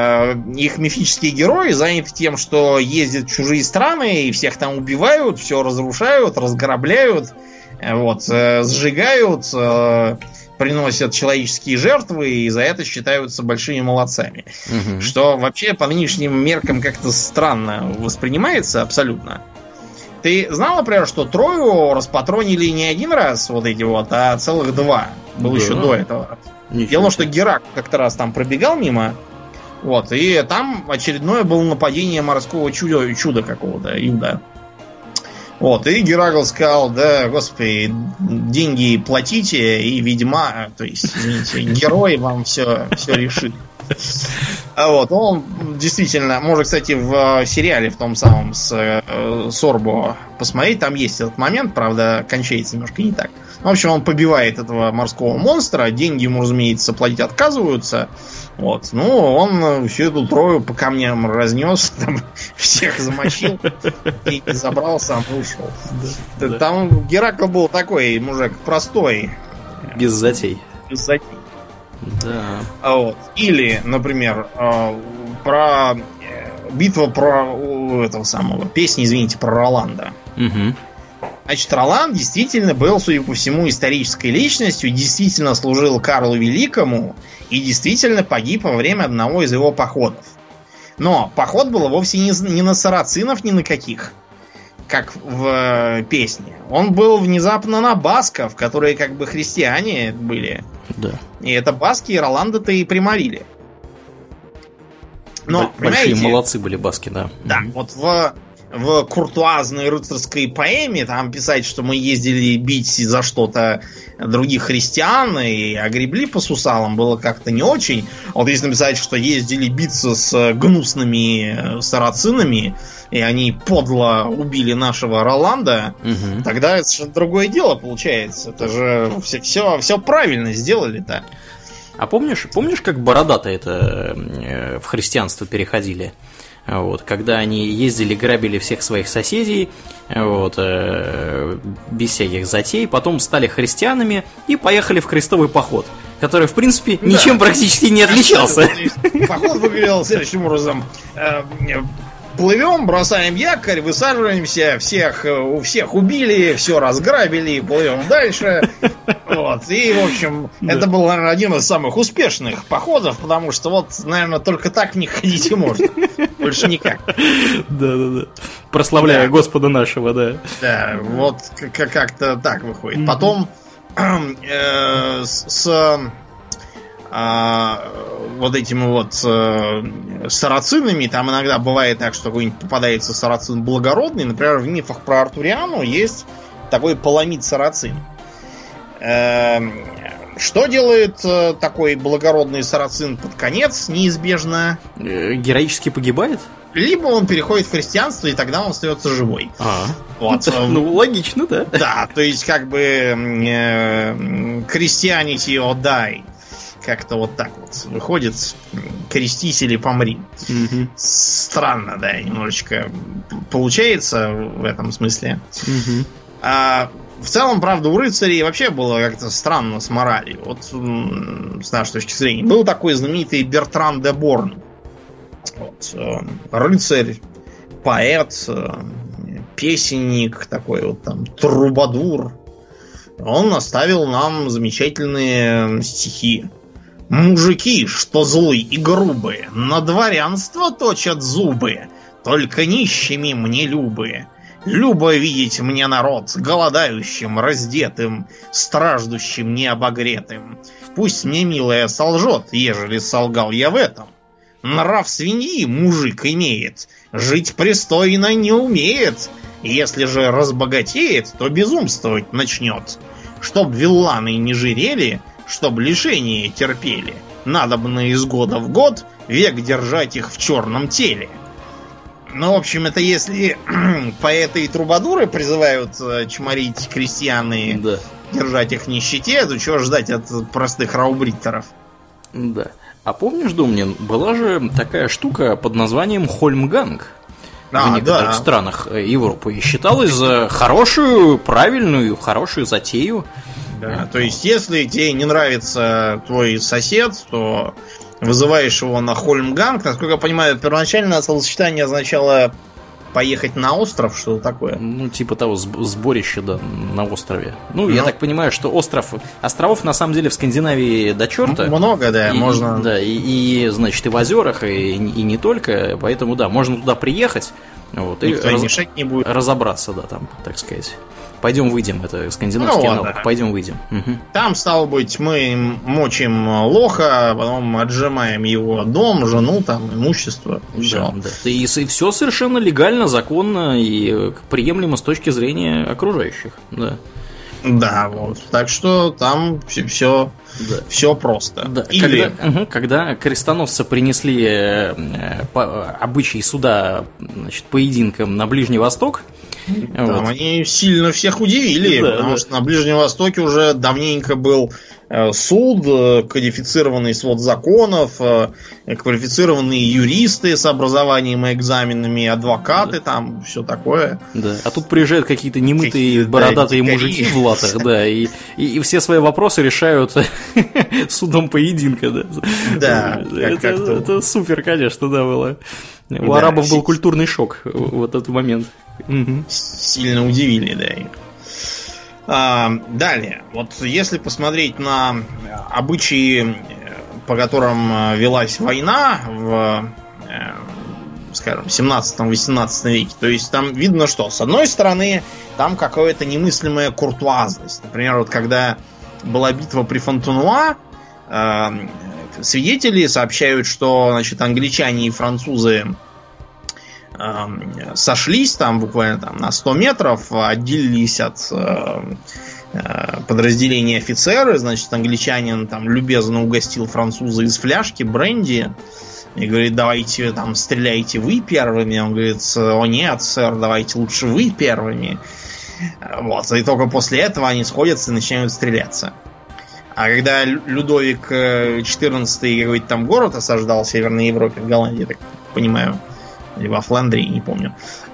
их мифические герои заняты тем, что ездят в чужие страны и всех там убивают, все разрушают, разграбляют, вот, сжигают, приносят человеческие жертвы и за это считаются большими молодцами. Угу. Что вообще по нынешним меркам как-то странно воспринимается абсолютно. Ты знал, например, что Трою распатронили не один раз вот эти вот, а целых два. Был да. еще до этого. Ничего. Дело в том, что Геракл как-то раз там пробегал мимо. Вот, и там очередное было нападение морского чуда, чуда какого-то, Иуда. Вот, и Геракл сказал, да, господи, деньги платите, и ведьма, то есть, извините, герой вам все, все решит. А вот, он действительно, можно, кстати, в сериале в том самом с э, Сорбо посмотреть, там есть этот момент, правда, кончается немножко не так. В общем, он побивает этого морского монстра, деньги ему, разумеется, платить отказываются. Вот, ну, он всю эту Трою по камням разнес, там, всех замочил, деньги забрал, сам ушел. Да, там да. Геракл был такой мужик простой. Без затей. Без затей. Да. Вот. Или, например, про битву про этого самого песни, извините, про Роланда. Угу. Значит, Роланд действительно был, судя по всему, исторической личностью, действительно служил Карлу Великому и действительно погиб во время одного из его походов. Но поход был вовсе не, не на сарацинов, ни на каких, как в песне. Он был внезапно на басков, которые как бы христиане были. Да. И это баски и Роланда-то и приморили. Но, большие молодцы были баски, да. Да, mm-hmm. вот в... В куртуазной рыцарской поэме там писать, что мы ездили бить за что-то других христиан и огребли по сусалам, было как-то не очень. Вот если написать, что ездили биться с гнусными сарацинами, и они подло убили нашего Роланда, угу. тогда это совершенно другое дело получается. Это же все, все, все правильно сделали-то. А помнишь, помнишь, как бородато это в христианство переходили? Вот, когда они ездили, грабили всех своих соседей, вот, э, без всяких затей, потом стали христианами и поехали в крестовый поход, который, в принципе, да. ничем практически не отличался. Поход выглядел следующим образом. Плывем, бросаем якорь, высаживаемся, всех, у всех убили, все разграбили, плывем дальше. Вот. И, в общем, да. это был, наверное, один из самых успешных походов, потому что вот, наверное, только так в них ходить и можно. Больше никак. Да-да-да. Прославляя да. Господа нашего, да. Да, вот как-то так выходит. Потом э, с... А, вот этими вот э, сарацинами, там иногда бывает так, что какой-нибудь попадается сарацин благородный. Например, в мифах про Артуриану есть такой Паламид Сарацин. Э, что делает э, такой благородный сарацин под конец неизбежно? Героически погибает? Либо он переходит в христианство, и тогда он остается живой. А, вот. Ну, логично, да? Да, то есть как бы э, Christianity or die. как-то вот так вот выходит. Крестись или помри. Угу. Странно, да, немножечко получается в этом смысле. Угу. А в целом, правда, у рыцарей вообще было как-то странно с моралью. Вот с нашей точки зрения. Был такой знаменитый Бертран де Борн. Вот, рыцарь, поэт, песенник, такой вот там трубадур. Он оставил нам замечательные стихи. Мужики, что злые и грубые, на дворянство точат зубы, только нищими мне любые. Любо видеть мне народ голодающим, раздетым, страждущим, необогретым. Пусть мне, милая, солжет, ежели солгал я в этом. Нрав свиньи мужик имеет, жить пристойно не умеет. Если же разбогатеет, то безумствовать начнет. Чтоб вилланы не жирели, чтоб лишения терпели, надобно из года в год век держать их в черном теле. Ну, в общем, это если поэты и трубадуры призывают чморить крестьян и да. держать их в нищете, то чего ждать от простых раубриттеров? Да. А помнишь, Домнин, была же такая штука под названием Хольмганг а, в некоторых да. странах Европы. И считалась за хорошую, правильную, хорошую затею. Да, то есть, если тебе не нравится твой сосед, то вызываешь его на Хольмганг. Насколько я понимаю, первоначально словосочетание означало поехать на остров, что-то такое. Ну, типа того, сборище, да, на острове. Ну, ну, я так понимаю, что остров... Островов, на самом деле, в Скандинавии до черта. Много, да, и, можно... Да, и, и, значит, и в озерах, и, и не только. Поэтому, да, можно туда приехать, вот, и раз... мешать не будет. разобраться, да, там, так сказать. Пойдем выйдем, это скандинавский ну, аналог. Пойдем выйдем. Угу. Там, стало быть, мы мочим лоха, потом отжимаем его дом, жену, там, имущество. И все. Да, да. И, и все совершенно легально, законно и приемлемо с точки зрения окружающих. Да. Да, вот. Так что там все, все, да. все просто. Да. Или... Когда, угу, когда крестоносцы принесли э, по, обычаи суда, значит, поединкам на Ближний Восток, там вот. Они сильно всех удивили, да, потому да. что на Ближнем Востоке уже давненько был э, суд, э, кодифицированный свод законов, э, квалифицированные юристы с образованием и экзаменами, адвокаты, да. там все такое. Да. А тут приезжают какие-то немытые, какие бородатые да, мужики в латах, да, и, и, и все свои вопросы решают судом поединка, да. Да. Это, это супер, конечно, да, было. У да, арабов был культурный шок в этот момент. Угу. Сильно удивили, да, их. А, далее, вот если посмотреть на обычаи, по которым велась война в, скажем, семнадцатом-восемнадцатом веке, то есть там видно, что с одной стороны там какая-то немыслимая куртуазность. Например, вот когда была битва при Фонтенуа, свидетели сообщают, что, значит, англичане и французы сошлись там буквально там, на сто метров, отделились от э, э, подразделения офицеры, значит, англичанин там любезно угостил француза из фляжки бренди и говорит, давайте там стреляйте вы первыми. Он говорит, о нет, сэр, давайте лучше вы первыми. Вот, и только после этого они сходятся и начинают стреляться. А когда Людовик четырнадцатый какой-то там город осаждал в Северной Европе, в Голландии, так понимаю, или во Фландрии, не помню.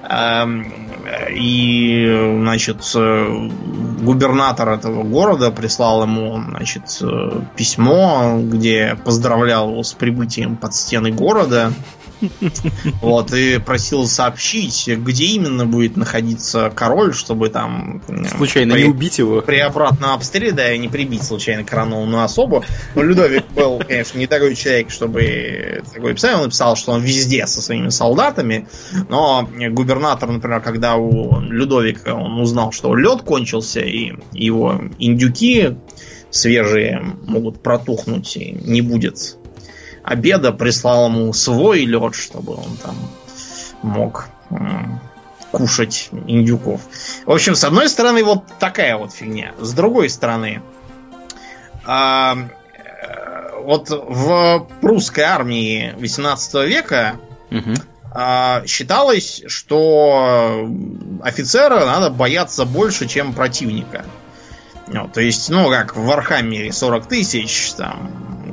И, значит, губернатор этого города прислал ему, значит, письмо, где поздравлял его с прибытием под стены города. Вот, и просил сообщить, где именно будет находиться король, чтобы там... Случайно при, не убить его. При обратном обстреле, да, и не прибить случайно коронованную особу. Но Людовик был, конечно, не такой человек, чтобы такое писать. Он написал, что он везде со своими солдатами. Но губернатор, например, когда у Людовика он узнал, что лед кончился, и его индюки свежие могут протухнуть, и не будет обеда, прислал ему свой лед, чтобы он там мог м- кушать индюков. В общем, с одной стороны, вот такая вот фигня. С другой стороны, э- вот в прусской армии восемнадцатого века угу. э- считалось, что офицера надо бояться больше, чем противника. Ну, то есть, ну, как в Вархаммере сорок тысяч, там,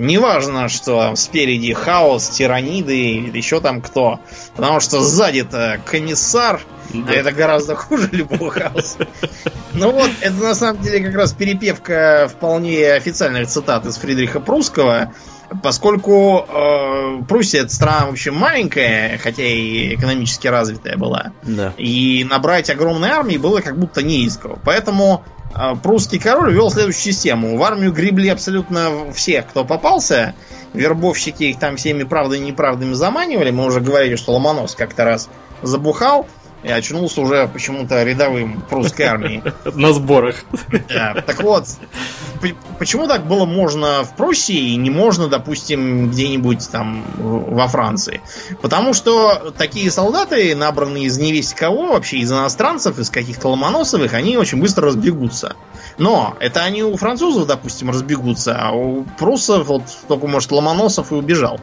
неважно, что спереди хаос, тираниды или еще там кто. Потому что сзади-то комиссар, да. А это гораздо хуже любого хаоса. Ну вот, это на самом деле как раз перепевка вполне официальных цитат из Фридриха Прусского. Поскольку э, Пруссия это страна, в общем, маленькая, хотя и экономически развитая была. Да. И набрать огромные армии было как будто не из кого. Поэтому э, прусский король ввел следующую систему. В армию гребли абсолютно всех, кто попался. Вербовщики их там всеми правдами и неправдами заманивали. Мы уже говорили, что Ломонос как-то раз забухал и очнулся уже почему-то рядовым прусской армии. На сборах. Да, так вот, почему так было можно в Пруссии и не можно, допустим, где-нибудь там во Франции? Потому что такие солдаты, набранные из невесть кого, вообще из иностранцев, из каких-то ломоносовых, они очень быстро разбегутся. Но это они у французов, допустим, разбегутся, а у пруссов вот только, может, Ломоносов и убежал.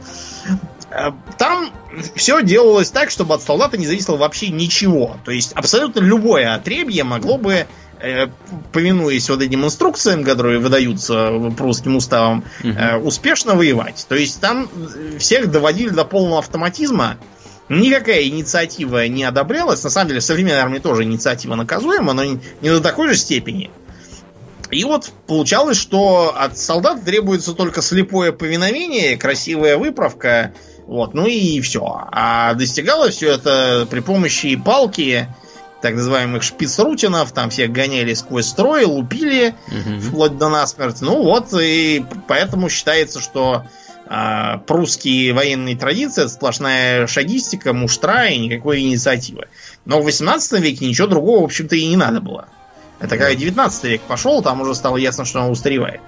Там все делалось так, чтобы от солдата не зависело вообще ничего. То есть абсолютно любое отребье могло бы, э, повинуясь вот этим инструкциям, которые выдаются прусским уставом, э, успешно воевать. То есть там всех доводили до полного автоматизма. Никакая инициатива не одобрялась. На самом деле в современной армии тоже инициатива наказуема, но не до такой же степени. И вот получалось, что от солдат требуется только слепое повиновение, красивая выправка, вот, ну и все. А достигалось все это при помощи палки, так называемых шпицрутинов, там всех гоняли сквозь строй, лупили, угу. вплоть до насмерть. Ну вот, и поэтому считается, что а, прусские военные традиции — это сплошная шагистика, муштра и никакой инициативы. Но в восемнадцатом веке ничего другого, в общем-то, и не надо было. Это когда девятнадцатый век пошел, там уже стало ясно, что он устаревает.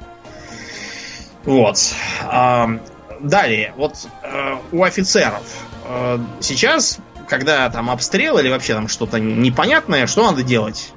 Вот. Далее, вот у офицеров сейчас, когда там обстрел или вообще там что-то непонятное, что надо делать?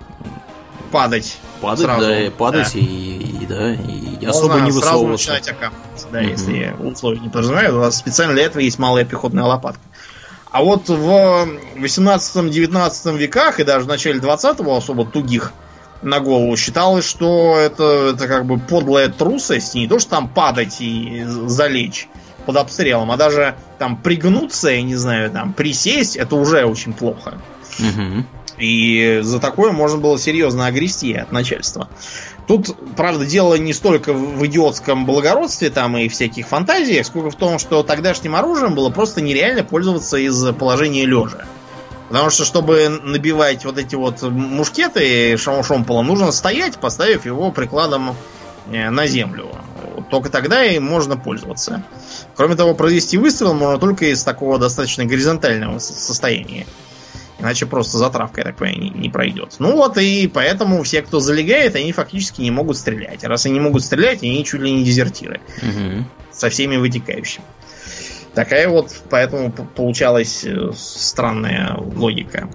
Падать. Падать, сразу. Да, падать да. И, и, да, и особо можно не высовываться. Сразу начинать окапываться, да, mm-hmm. если условия не подразумевают. У вас специально для этого есть малая пехотная лопатка. А вот в восемнадцатом-девятнадцатом веках и даже в начале двадцатого особо тугих на голову считалось, что это, это как бы подлая трусость. Не то, что там падать и залечь под обстрелом, а даже там пригнуться, я не знаю, там присесть, это уже очень плохо. Угу. И за такое можно было серьезно огрести от начальства. Тут, правда, дело не столько в идиотском благородстве там и всяких фантазиях, сколько в том, что тогдашним оружием было просто нереально пользоваться из положения лежа. Потому что, чтобы набивать вот эти вот мушкеты шомполом, нужно стоять, поставив его прикладом на землю. Только тогда и можно пользоваться. Кроме того, провести выстрел можно только из такого достаточно горизонтального состояния. Иначе просто затравка, я так понимаю, не, не пройдет. Ну вот, и поэтому все, кто залегает, они фактически не могут стрелять. А раз они не могут стрелять, они чуть ли не дезертиры. Угу. Со всеми вытекающими. Такая вот, поэтому получалась странная логика.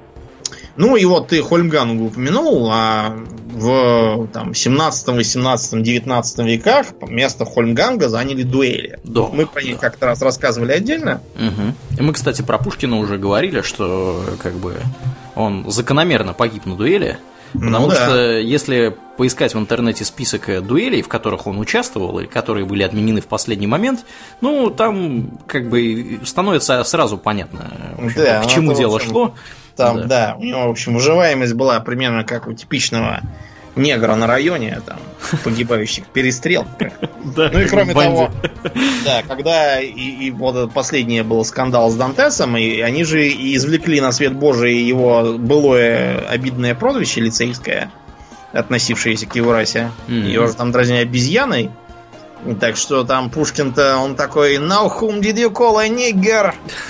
Ну и вот ты Хольмгангу упомянул, а в там, семнадцатом, восемнадцатом, девятнадцатом веках место Хольмганга заняли дуэли. Да, мы про них да. как-то раз рассказывали отдельно. Угу. И мы, кстати, про Пушкина уже говорили, что как бы он закономерно погиб на дуэли. Потому ну, да. что если поискать в интернете список дуэлей, в которых он участвовал, и которые были отменены в последний момент, ну, там как бы становится сразу понятно, да, к чему дело общем, шло. Там, да. да, у него, в общем, выживаемость была примерно как у типичного негра на районе, там, погибающих в перестрелках. Ну и кроме того, да, когда и вот последний был скандал с Дантесом, и они же извлекли на свет Божий его былое обидное прозвище лицейское, относившееся к его расе. Его же там дразнили обезьяной. Так что там Пушкин-то, он такой: "Now whom did you call a nigger?"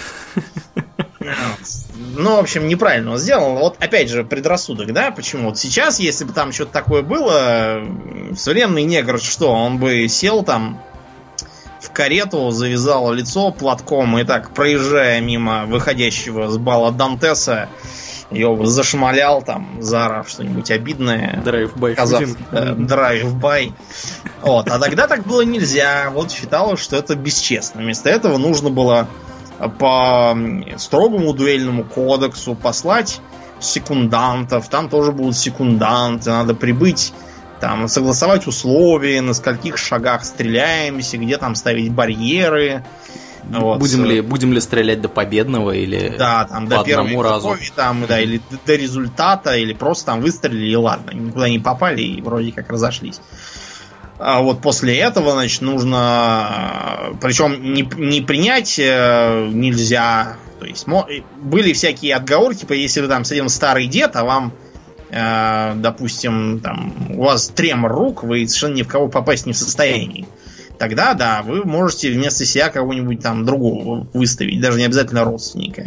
Ну, в общем, неправильно он сделал. Вот, опять же, предрассудок, да? Почему? Вот сейчас, если бы там что-то такое было, современный негр, что? Он бы сел там в карету, завязал лицо платком и так, проезжая мимо выходящего с бала Дантеса, его бы зашмалял там, заорав что-нибудь обидное. Драйв-бай. Драйв-бай. Вот. А тогда так было нельзя. Вот считалось, что это бесчестно. Вместо этого нужно было по строгому дуэльному кодексу послать секундантов. Там тоже будут секунданты. Надо прибыть там согласовать условия, на скольких шагах стреляемся, где там ставить барьеры. Вот. Будем ли, будем ли стрелять до победного или да, там, по до одному разу? Там, mm-hmm. да, или до результата, или просто там выстрелили и ладно, никуда не попали и вроде как разошлись. А вот после этого, значит, нужно... Причем не, не принять нельзя. То есть были всякие отговорки, типа, если вы там сидим старый дед, а вам, э, допустим, там, у вас тремор рук, вы совершенно ни в кого попасть не в состоянии. Тогда, да, вы можете вместо себя кого-нибудь там другого выставить, даже не обязательно родственника.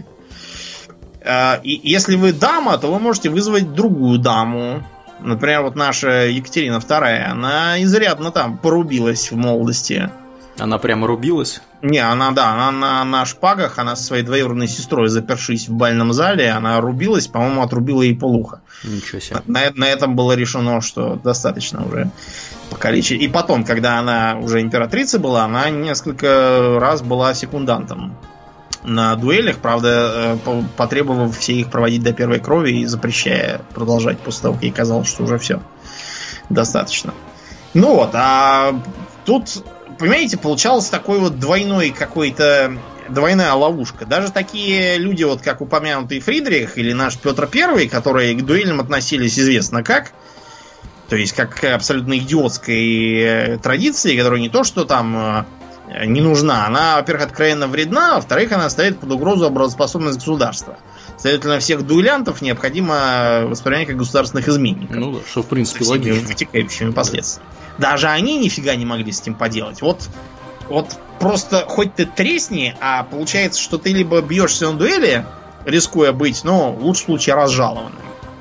И если вы дама, то вы можете вызвать другую даму. Например, вот наша Екатерина вторая, она изрядно там порубилась в молодости. Она прямо рубилась? Не, она, да, она на, на шпагах, она со своей двоюродной сестрой, запершись в бальном зале, она рубилась, по-моему, отрубила ей полуха. Ничего себе. На, на этом было решено, что достаточно уже покалечить. И потом, когда она уже императрицей была, она несколько раз была секундантом на дуэлях, правда, потребовав все их проводить до первой крови и запрещая продолжать после того, как ей казалось, что уже все достаточно. Ну вот, а тут... Понимаете, получалось такой вот двойной какой-то двойная ловушка. Даже такие люди, вот как упомянутый Фридрих или наш Петр Первый, которые к дуэлям относились известно как, то есть как к абсолютно идиотской традиции, которая не то, что там не нужна, она, во-первых, откровенно вредна, а во-вторых, она ставит под угрозу обороноспособность государства. Следовательно, всех дуэлянтов необходимо воспринимать как государственных изменников. Ну да, что в принципе логично. Вытекающими последствиями. Даже они нифига не могли с этим поделать. Вот, вот просто хоть ты тресни, а получается, что ты либо бьешься на дуэли, рискуя быть, ну, в лучшем случае, разжалованным.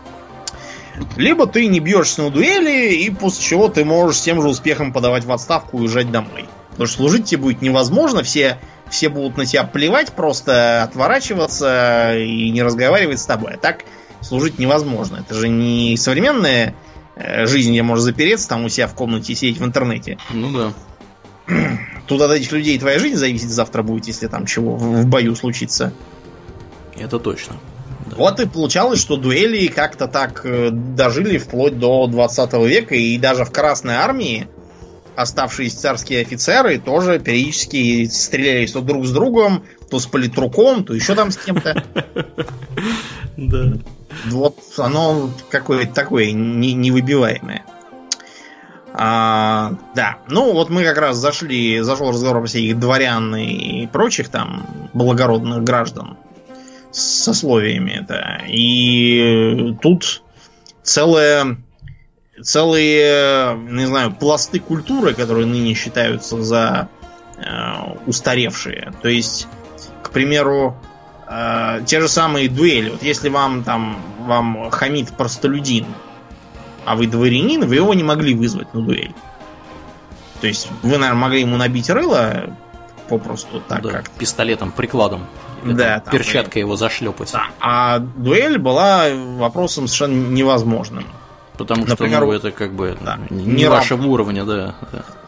Либо ты не бьешься на дуэли, и после чего ты можешь с тем же успехом подавать в отставку и уезжать домой. Потому что служить тебе будет невозможно, все, все будут на тебя плевать, просто отворачиваться и не разговаривать с тобой. А так служить невозможно. Это же не современная жизнь, где можешь запереться там у себя в комнате и сидеть в интернете. Ну да. Тут от этих людей твоя жизнь зависит завтра будет, если там чего в бою случится. Это точно. Да. Вот и получалось, что дуэли как-то так дожили вплоть до двадцатого века, и даже в Красной армии оставшиеся царские офицеры тоже периодически стрелялись то друг с другом, то с политруком, то еще там с кем-то. Да. Вот оно какое-то такое невыбиваемое. А, да, ну вот мы как раз зашли, зашел разговор про всяких дворян и прочих там благородных граждан с сословиями, да. И тут целое, целые, не знаю, пласты культуры, которые ныне считаются за э, устаревшие. То есть, к примеру, э, те же самые дуэли. Вот если вам там вам хамит простолюдин, а вы дворянин, вы его не могли вызвать на дуэль. То есть вы, наверное, могли ему набить рыло попросту так, да, как пистолетом, прикладом. Или да, там, перчаткой и... его зашлепать. Да. А дуэль была вопросом совершенно невозможным. Потому Например, что ну, это как бы да, не, не не вашего уровня, да.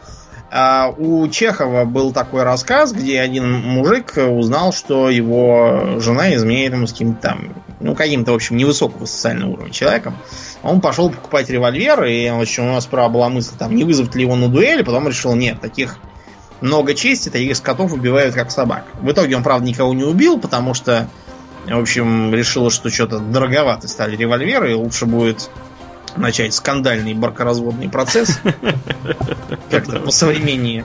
А у Чехова был такой рассказ, где один мужик узнал, что его жена изменяет ему с каким-то там, ну, каким-то, в общем, невысокого социального уровня человеком. Он пошел покупать револьвер, и, в общем, у нас справа была мысль, там, не вызвать ли его на дуэль, потом решил, нет, таких много чести, таких скотов убивают как собак. В итоге он, правда, никого не убил, потому что, в общем, решил, что что-то дороговато стали револьверы, и лучше будет начать скандальный бракоразводный процесс. Как-то по современнее.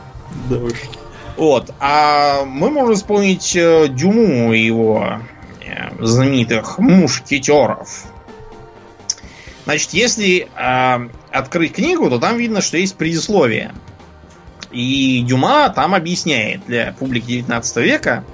Вот. А мы можем вспомнить Дюму и его знаменитых мушкетеров. Значит, если э, открыть книгу, то там видно, что есть предисловие. И Дюма там объясняет для публики девятнадцатого века,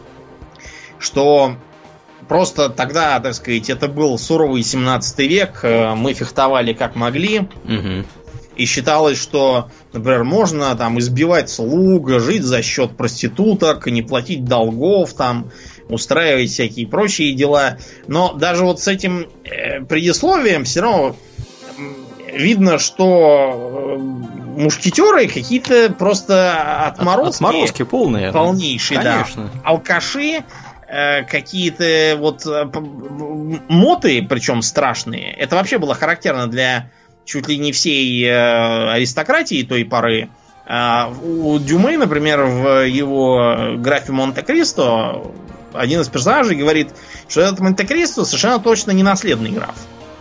что просто тогда, так сказать, это был суровый семнадцатый век, э, мы фехтовали как могли. Угу. И считалось, что, например, можно там избивать слуг, жить за счет проституток, не платить долгов, там, устраивать всякие прочие дела. Но даже вот с этим э, предисловием все равно видно, что э, мушкетеры какие-то просто отморозки. Отморозки полные. Полнейшие, конечно. Да. Алкаши, э, какие-то вот э, моты, причем страшные. Это вообще было характерно для чуть ли не всей э, аристократии той поры. А у Дюме, например, в его графе Монте-Кристо один из персонажей говорит, что этот Монте-Кристо совершенно точно не наследный граф.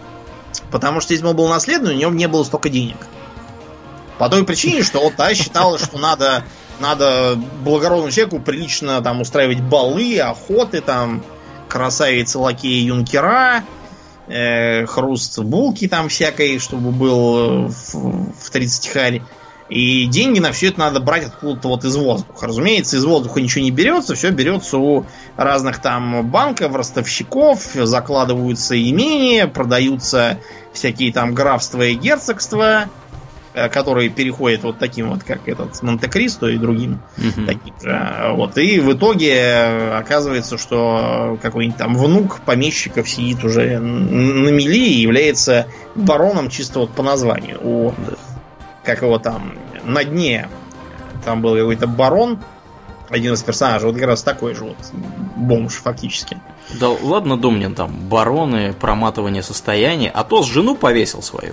Потому что если бы он был наследный, у него не было столько денег. По той причине, что вот та считала, что надо, надо благородному человеку прилично там устраивать балы, охоты, там, красавицы, лакеи, юнкера, э, хруст булки там всякой, чтобы был в, в тридцать харь. И деньги на все это надо брать откуда-то вот из воздуха. Разумеется, из воздуха ничего не берется, все берется у разных там банков, ростовщиков, закладываются имения, продаются всякие там графства и герцогства, которые переходят вот таким вот, как этот Монте-Кристо и другим uh-huh. таким же. Вот. И в итоге оказывается, что какой-нибудь там внук помещиков сидит уже на мели и является бароном чисто вот по названию. У, как его там, на дне там был какой-то барон, один из персонажей, вот как раз такой же вот бомж фактически. Да ладно, Домнин, там бароны, проматывание состояния, а то с жену повесил свою.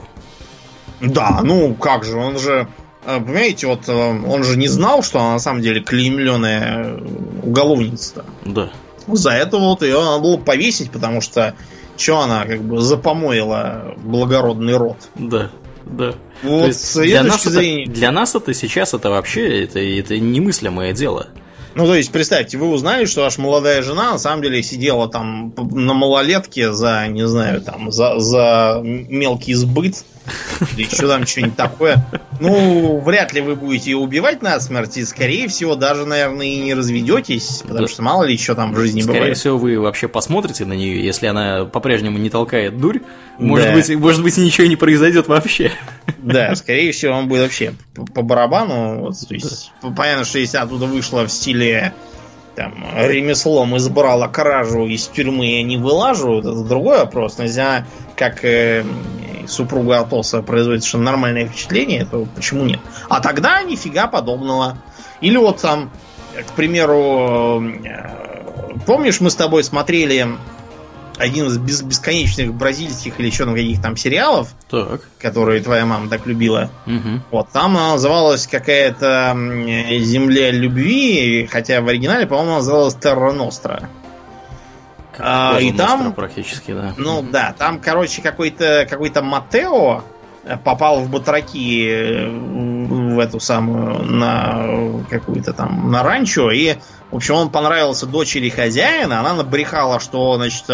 Да, ну как же, он же, понимаете, вот он же не знал, что она на самом деле клеймленная уголовница. Да. За это вот ее надо было повесить, потому что что она как бы запомоила благородный род. Да, да. Вот то есть для, нас зрения... это, для нас это сейчас это вообще это, это немыслимое дело. Ну, то есть, представьте, вы узнали, что ваша молодая жена на самом деле сидела там на малолетке за, не знаю, там, за, за мелкий сбыт. Или что там, что-нибудь такое. Ну, вряд ли вы будете ее убивать насмерть. И, скорее всего, даже, наверное, и не разведетесь. Потому да. что мало ли что там в жизни скорее бывает. Скорее всего, вы вообще посмотрите на нее. Если она по-прежнему не толкает дурь, может, да. быть, может быть, ничего не произойдет вообще. Да, скорее всего, он будет вообще по, по барабану. Вот, то есть, да. понятно, что если оттуда вышла в стиле там, ремеслом избрала кражу из тюрьмы и не вылажу, это другой вопрос. Но если она, как э, супруга Атоса, производит совершенно нормальное впечатление, то почему нет? А тогда нифига подобного. Или вот там, к примеру, э, помнишь, мы с тобой смотрели один из без- бесконечных бразильских или еще там каких-то там сериалов, так. которые твоя мама так любила. Угу. Вот, там она называлась какая-то «Земля любви», хотя в оригинале, по-моему, она называлась «Терра Ностра». А, и там, практически, да. Ну да, там, короче, какой-то какой-то Матео попал в батраки в эту самую, на какую-то там, на ранчо, и, в общем, он понравился дочери хозяина, она набрехала, что, значит,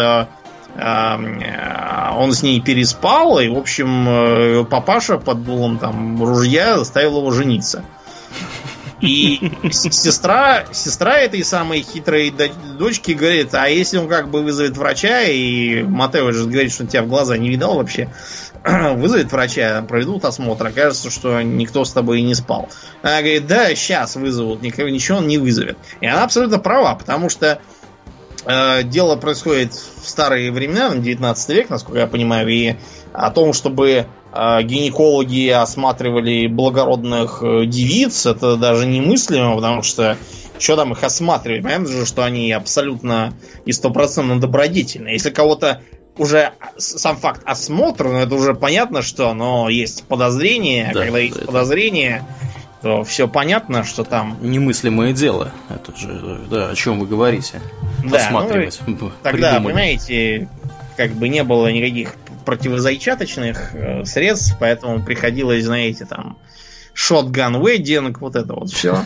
он с ней переспал, и, в общем, папаша под дулом там ружья заставил его жениться. И сестра, сестра этой самой хитрой дочки говорит, а если он как бы вызовет врача, и Матео же говорит, что он тебя в глаза не видал вообще, вызовет врача, проведут осмотр, окажется, что никто с тобой не спал. Она говорит, да, сейчас вызовут, никого, ничего он не вызовет. И она абсолютно права, потому что э, дело происходит в старые времена, девятнадцатый век, насколько я понимаю, и о том, чтобы гинекологи осматривали благородных девиц, это даже немыслимо, потому что что там их осматривать? Понятно же, что они абсолютно и стопроцентно добродетельны. Если кого-то уже сам факт осмотра, ну это уже понятно, что, но есть подозрение, да, когда есть это... подозрение, то все понятно, что там... Немыслимое дело. Это же, да, о чем вы говорите. Да, осматривать. Ну, тогда, понимаете, как бы не было никаких противозачаточных э, средств, поэтому приходилось, знаете, там shotgun wedding, вот это вот все.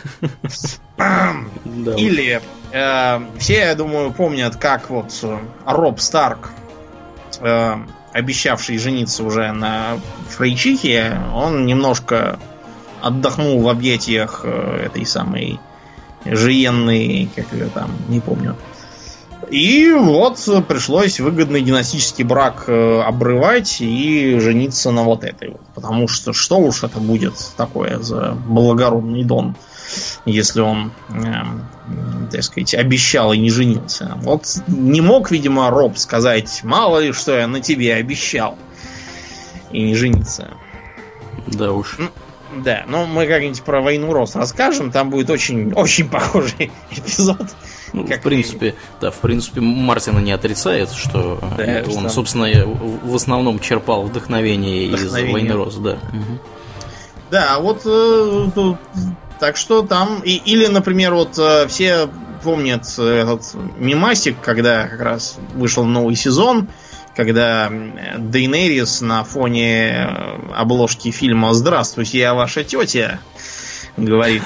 Или э, все, я думаю, помнят, как вот Роб Старк, э, обещавший жениться уже на Фрейчихе, он немножко отдохнул в объятиях э, этой самой Жиенной, как ее там, не помню. И вот пришлось выгодный династический брак э, обрывать и жениться на вот этой вот. Потому что что уж это будет такое за благородный дон, если он, э, так сказать, обещал и не женился. Вот не мог, видимо, Роб сказать, мало ли что я на тебе обещал, и не жениться. Да уж. Да, но мы как-нибудь про «Войну Роз» расскажем, там будет очень, очень похожий эпизод. Ну, в принципе, и... да, в принципе, Мартина не отрицает, что да, он, что... собственно, в основном черпал вдохновение, вдохновение. из «Войны Роз», да. Угу. Да, вот э, так что там. И, или, например, вот э, все помнят этот мемасик, когда как раз вышел новый сезон, когда Дейнерис на фоне обложки фильма «Здравствуйте, я ваша тетя» говорит.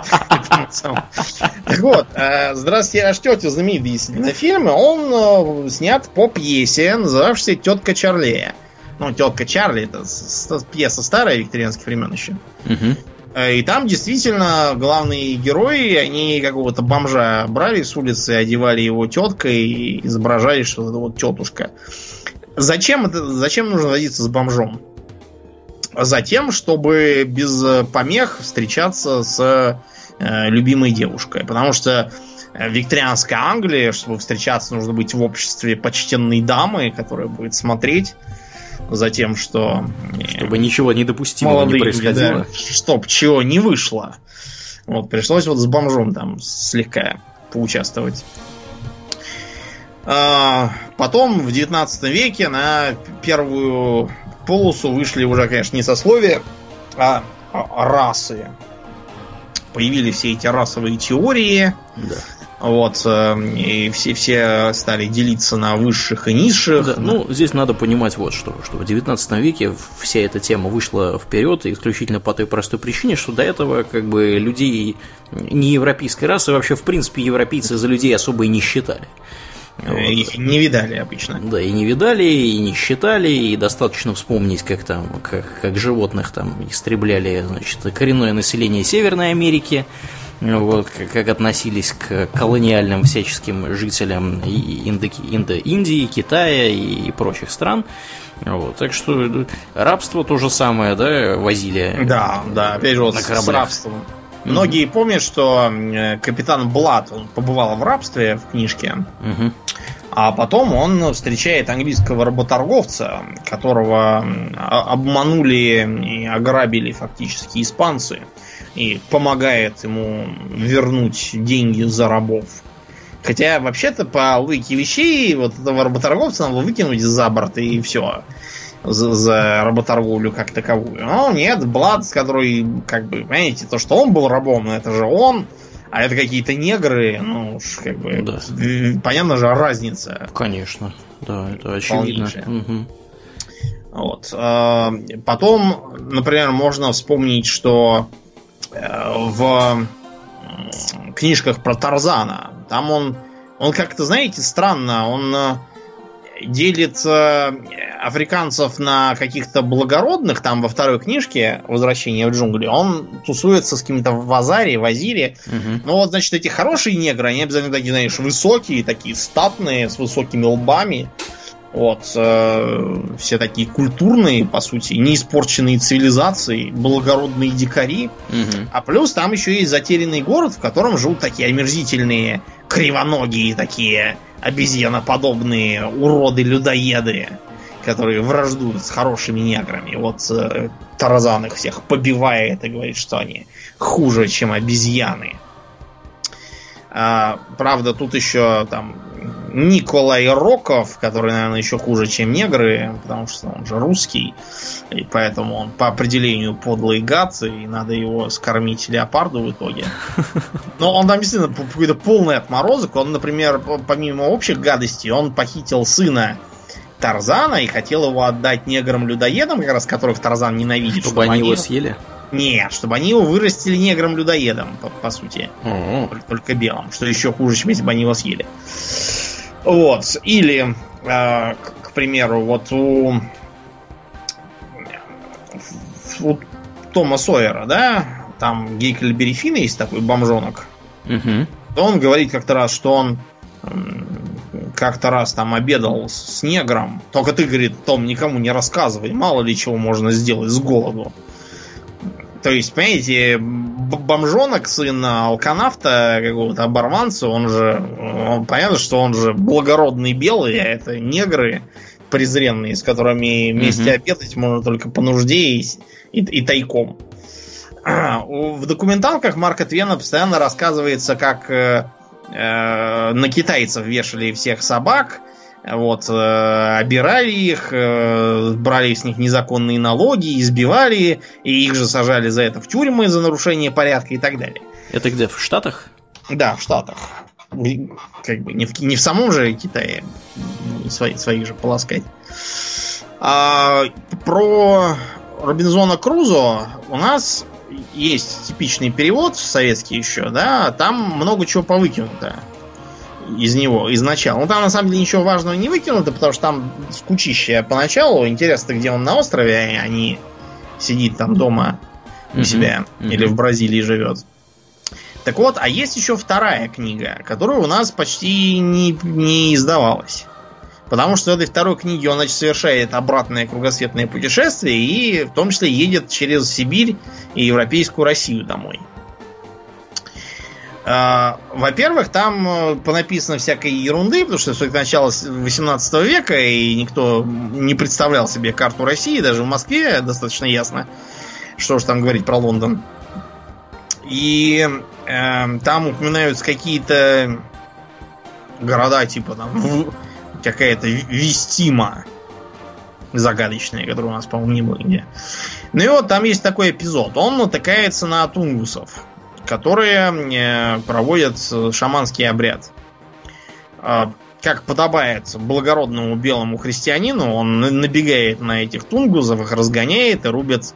Так вот, «Здравствуйте, я ваша тетя», знаменитый действительно фильм, он снят по пьесе, называвшейся «Тетка Чарли». Ну, «Тетка Чарли» — это пьеса старая, викторианских времен еще. И там действительно главные герои, они какого-то бомжа брали с улицы, одевали его теткой и изображали, что это вот тетушка. Зачем это, зачем нужно водиться с бомжом? Затем, чтобы без помех встречаться с э, любимой девушкой. Потому что в викторианской Англии, чтобы встречаться, нужно быть в обществе почтенной дамы, которая будет смотреть за тем, что... Чтобы ничего недопустимого не происходило. Да, чтоб чего не вышло. Вот, пришлось вот с бомжом там слегка поучаствовать. Потом в девятнадцатом веке на первую полосу вышли уже, конечно, не сословия, а расы. Появились все эти расовые теории. Да. Вот, и все, все стали делиться на высших и низших. Да, ну, здесь надо понимать вот что, что в девятнадцатом веке вся эта тема вышла вперед исключительно по той простой причине, что до этого как бы людей неевропейской расы вообще в принципе европейцы за людей особо и не считали. Вот. Их не видали обычно. Да, и не видали, и не считали, и достаточно вспомнить, как там, как, как животных там истребляли, значит, коренное население Северной Америки, вот, как, как относились к колониальным всяческим жителям Индо, Индо, Индии, Китая и, и прочих стран. Вот, так что рабство то же самое, да, возили. Да, да, опять же, вот с рабством. Многие mm-hmm. помнят, что капитан Блад, он побывал в рабстве в книжке, mm-hmm. а потом он встречает английского работорговца, которого обманули и ограбили фактически испанцы, и помогает ему вернуть деньги за рабов. Хотя, вообще-то, по логике вещей, вот этого работорговца надо выкинуть за борт, и все. За, за работорговлю как таковую. Но нет, Блад, который, как бы, понимаете, то, что он был рабом, это же он, а это какие-то негры, ну уж, как бы, да. Понятно же, разница. Конечно, да, это очевидно. Угу. Вот. Потом, например, можно вспомнить, что в книжках про Тарзана, там он, он как-то, знаете, странно, он делит африканцев на каких-то благородных, там во второй книжке «Возвращение в джунгли», он тусуется с какими-то вазари, вазири. Угу. Ну вот, значит, эти хорошие негры, они обязательно такие, знаешь, высокие, такие статные, с высокими лбами. Вот, э, все такие культурные, по сути, не испорченные цивилизацией, благородные дикари. Угу. А плюс там еще есть затерянный город, в котором живут такие омерзительные, кривоногие, такие обезьяноподобные уроды-людоеды, которые враждуют с хорошими неграми. Вот э, Тарзан их всех побивает и говорит, что они хуже, чем обезьяны. А, правда, тут еще там Николай Роков, который, наверное, еще хуже, чем негры, потому что он же русский, и поэтому он по определению подлый гад, и надо его скормить леопарду в итоге. Но он там действительно какой-то полный отморозок. Он, например, помимо общих гадостей, он похитил сына Тарзана и хотел его отдать неграм-людоедам, как раз которых Тарзан ненавидит. Чтобы, чтобы они его съели? Нет, чтобы они его вырастили негром-людоедом, по, по сути. Только, только белым. Что еще хуже, чем если бы они его съели. Вот. Или, э, к, к примеру, вот у, у Тома Сойера, да, там Гейкельбери Финн есть такой бомжонок. Угу. То он говорит как-то раз, что он как-то раз там обедал с негром. Только ты, говорит, Том, никому не рассказывай, мало ли чего можно сделать с голоду. То есть, понимаете, бомжонок, сын алканавта, какого-то оборванца, он же, он, понятно, что он же благородный белый, а это негры презренные, с которыми вместе mm-hmm. обедать можно только по нужде и, и, и тайком. В документалках Марка Твена постоянно рассказывается, как э, э, на китайцев вешали всех собак, вот, э, обирали их, э, брали с них незаконные налоги, избивали, и их же сажали за это в тюрьмы, за нарушение порядка и так далее. Это где, в Штатах? Да, в Штатах. Как бы не в, не в самом же Китае, свои, своих же полоскать. А, про Робинзона Крузо у нас есть типичный перевод, советский еще, да, там много чего повыкинуто из него изначально. Ну, там на самом деле ничего важного не выкинуто, потому что там скучище поначалу. Интересно, где он на острове, а не сидит там дома у mm-hmm. себя mm-hmm. или в Бразилии живет. Так вот, а есть еще вторая книга, которая у нас почти не, не издавалась. Потому что в этой второй книге он, значит, совершает обратное кругосветное путешествие и в том числе едет через Сибирь и европейскую Россию домой. Во-первых, там понаписано всякой ерунды, потому что это начало восемнадцатого века, и никто не представлял себе карту России, даже в Москве достаточно ясно, что же там говорить про Лондон. И э, там упоминаются какие-то города, типа там какая-то Вестима загадочная, которая у нас, по-моему, не было нигде. Ну и вот там есть такой эпизод. Он натыкается на тунгусов, которые э, проводят шаманский обряд. Э, как подобает благородному белому христианину, он набегает на этих тунгусов, их разгоняет и рубит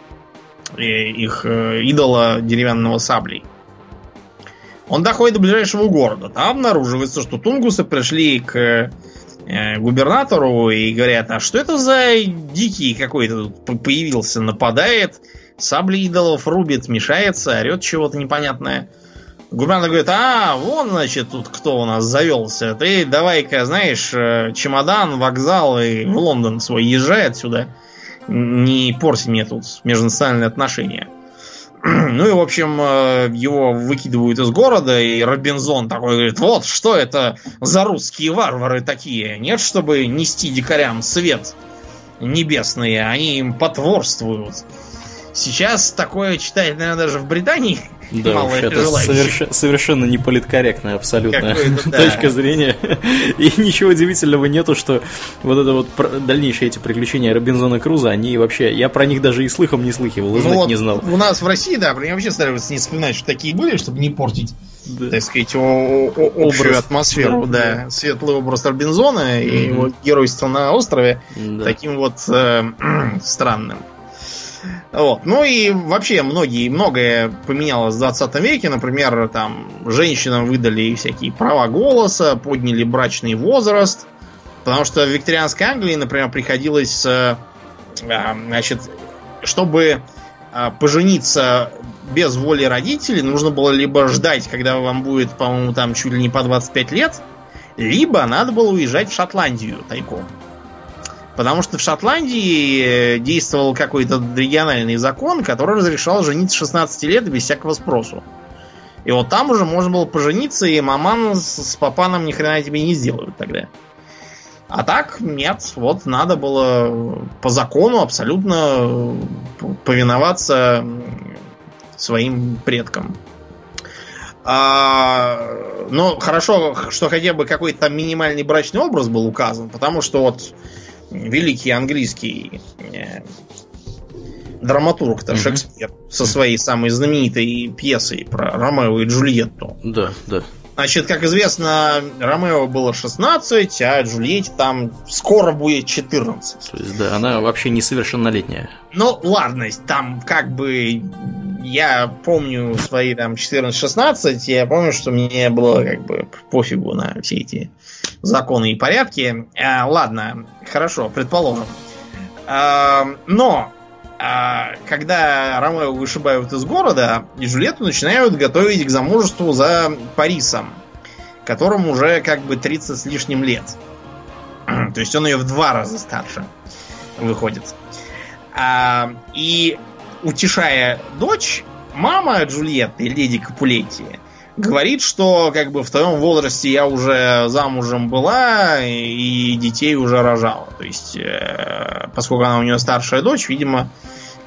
их идола деревянного саблей. Он доходит до ближайшего города. Там обнаруживается, что тунгусы пришли к губернатору и говорят: а что это за дикий какой-то тут появился, нападает, сабли идолов рубит, мешается, орет чего-то непонятное. Губернатор говорит: а, вон, значит, тут кто у нас завелся. Ты давай-ка, знаешь, чемодан, вокзал и в Лондон свой езжай отсюда. Не порти мне тут межнациональные отношения. Ну и, в общем, его выкидывают из города, и Робинзон такой говорит: вот, что это за русские варвары такие? Нет, чтобы нести дикарям свет небесный, они им потворствуют. Сейчас такое читать, наверное, даже в Британии да, мало это соверш... совершенно неполиткорректная абсолютно да. точка зрения. И ничего удивительного нету, что вот это вот дальнейшие эти приключения Робинзона Круза, они вообще, я про них даже и слыхом не слыхивал, и знать вот не знал. У нас в России, да, про них вообще стараются не вспоминать, что такие были, чтобы не портить, да. так сказать, о- о- общую атмосферу, да, да. Светлый образ Робинзона mm-hmm. и его геройство на острове да. таким вот э, странным. Вот. Ну и вообще многие, многое поменялось в двадцатом веке. Например, там женщинам выдали всякие права голоса, подняли брачный возраст. Потому что в викторианской Англии, например, приходилось, значит, чтобы пожениться без воли родителей, нужно было либо ждать, когда вам будет, по-моему, там чуть ли не по двадцать пять лет, либо надо было уезжать в Шотландию тайком. Потому что в Шотландии действовал какой-то региональный закон, который разрешал жениться с шестнадцати лет без всякого спросу. И вот там уже можно было пожениться, и маман с папаном ни хрена тебе не сделают тогда. А так, нет, вот надо было по закону абсолютно повиноваться своим предкам. А, но хорошо, что хотя бы какой-то там минимальный брачный образ был указан, потому что вот великий английский э, драматург-то mm-hmm. Шекспир со своей самой знаменитой пьесой про Ромео и Джульетту. Да, да. Значит, как известно, Ромео было шестнадцать, а Джульетте там скоро будет четырнадцать. То есть, да, она вообще несовершеннолетняя. Ну, ладно, там как бы... Я помню свои там четырнадцать-шестнадцать, я помню, что мне было как бы пофигу на все эти законы и порядки. А, ладно, хорошо, предположим. А, но а, когда Ромео вышибают из города, и Джульетту начинают готовить к замужеству за Парисом, которому уже как бы тридцать с лишним лет. То есть он ее в два раза старше выходит. А, и утешая дочь, мама Джульетты, леди Капулетти, говорит, что как бы в твоем возрасте я уже замужем была и детей уже рожала. То есть, э, поскольку она у нее старшая дочь, видимо,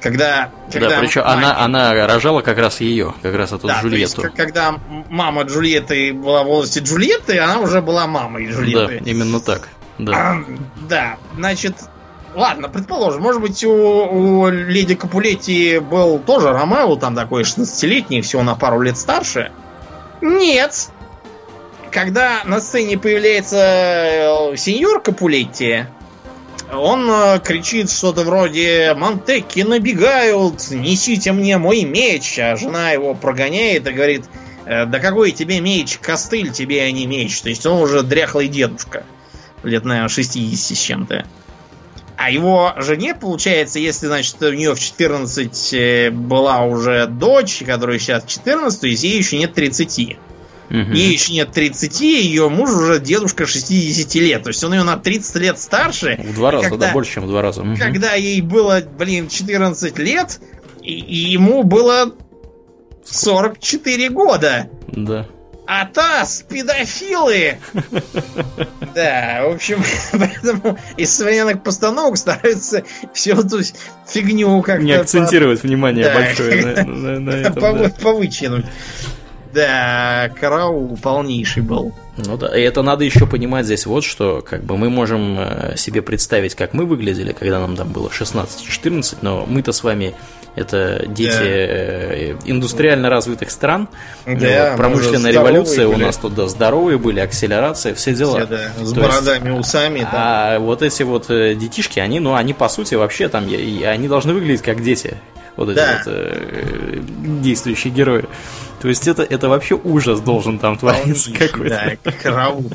Когда, когда да, причем она, она рожала как раз ее, как раз эту да, Джульетту. То есть, когда мама Джульетты была в возрасте Джульетты, она уже была мамой Джульетты. Да, именно так. Да, а, да, значит, ладно, предположим, может быть, у, у леди Капулетти был тоже Ромео, там такой шестнадцатилетний, всего на пару лет старше. Нет. Когда на сцене появляется сеньор Капулетти, он кричит что-то вроде «Монтекки набегают, несите мне мой меч», а жена его прогоняет и говорит: «Да какой тебе меч, костыль тебе, а не меч». То есть он уже дряхлый дедушка, лет, наверное, шестьдесят с чем-то. А его жене, получается, если, значит, у нее в четырнадцать была уже дочь, которая сейчас четырнадцать, то есть ей еще нет тридцати. Угу. Ей еще нет тридцати, ее муж уже дедушка шестидесяти лет. То есть он ее на тридцать лет старше. В два раза, когда, да, больше, чем в два раза. Угу. Когда ей было, блин, четырнадцать лет, и, и ему было сорок четыре года. Да. А таз, педофилы! Да, в общем, поэтому из современных постановок стараются всю эту фигню как-то... Не акцентировать внимание большое на этом. Повычинуть. Да, караул полнейший был. Ну да, и это надо еще понимать здесь вот что, как бы мы можем себе представить, как мы выглядели, когда нам там было шестнадцать-четырнадцать, но мы-то с вами это дети да. индустриально развитых стран, да, промышленная революция у нас тут, да, здоровые были, акселерация, все дела. Все, да, с То бородами, есть, усами. Там. А вот эти вот детишки, они, ну, они по сути вообще там, они должны выглядеть как дети. Вот эти да. вот э, действующие герои. То есть это, это вообще ужас должен там твориться какой-то. Да, караул.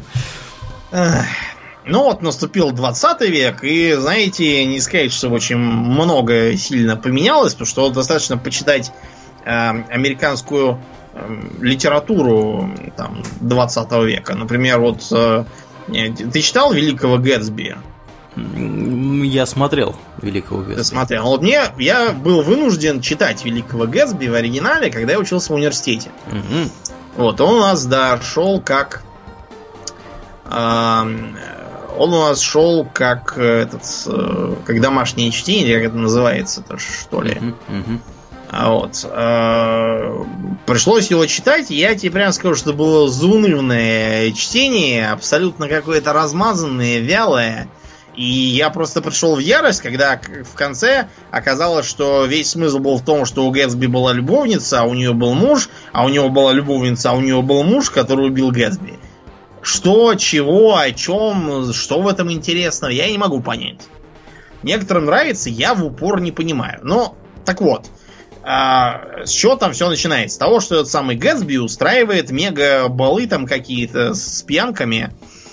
Ну вот наступил двадцатый век, и, знаете, не сказать, что очень много сильно поменялось, потому что достаточно почитать э, американскую э, литературу там, двадцатого века. Например, вот э, ты читал «Великого Гэтсби»? Я смотрел «Великого Гэтсби». Ты смотрел. Вот мне, я был вынужден читать «Великого Гэтсби» в оригинале, когда я учился в университете. Mm-hmm. Вот, он у нас, да, шел как... Э, он у нас шел как этот, э, как домашнее чтение, как это называется, что ли. Mm-hmm. Mm-hmm. А вот. Э, пришлось его читать, и я тебе прямо скажу, что было заунывное чтение, абсолютно какое-то размазанное, вялое. И я просто пришел в ярость, когда в конце оказалось, что весь смысл был в том, что у Гэтсби была любовница, а у нее был муж, а у него была любовница, а у него был муж, который убил Гэтсби. Что, чего, о чем, что в этом интересного, я не могу понять. Некоторым нравится, я в упор не понимаю. Но, так вот, а, с чего там все начинается? С того, что этот самый Гэтсби устраивает мега-балы там какие-то с пьянками,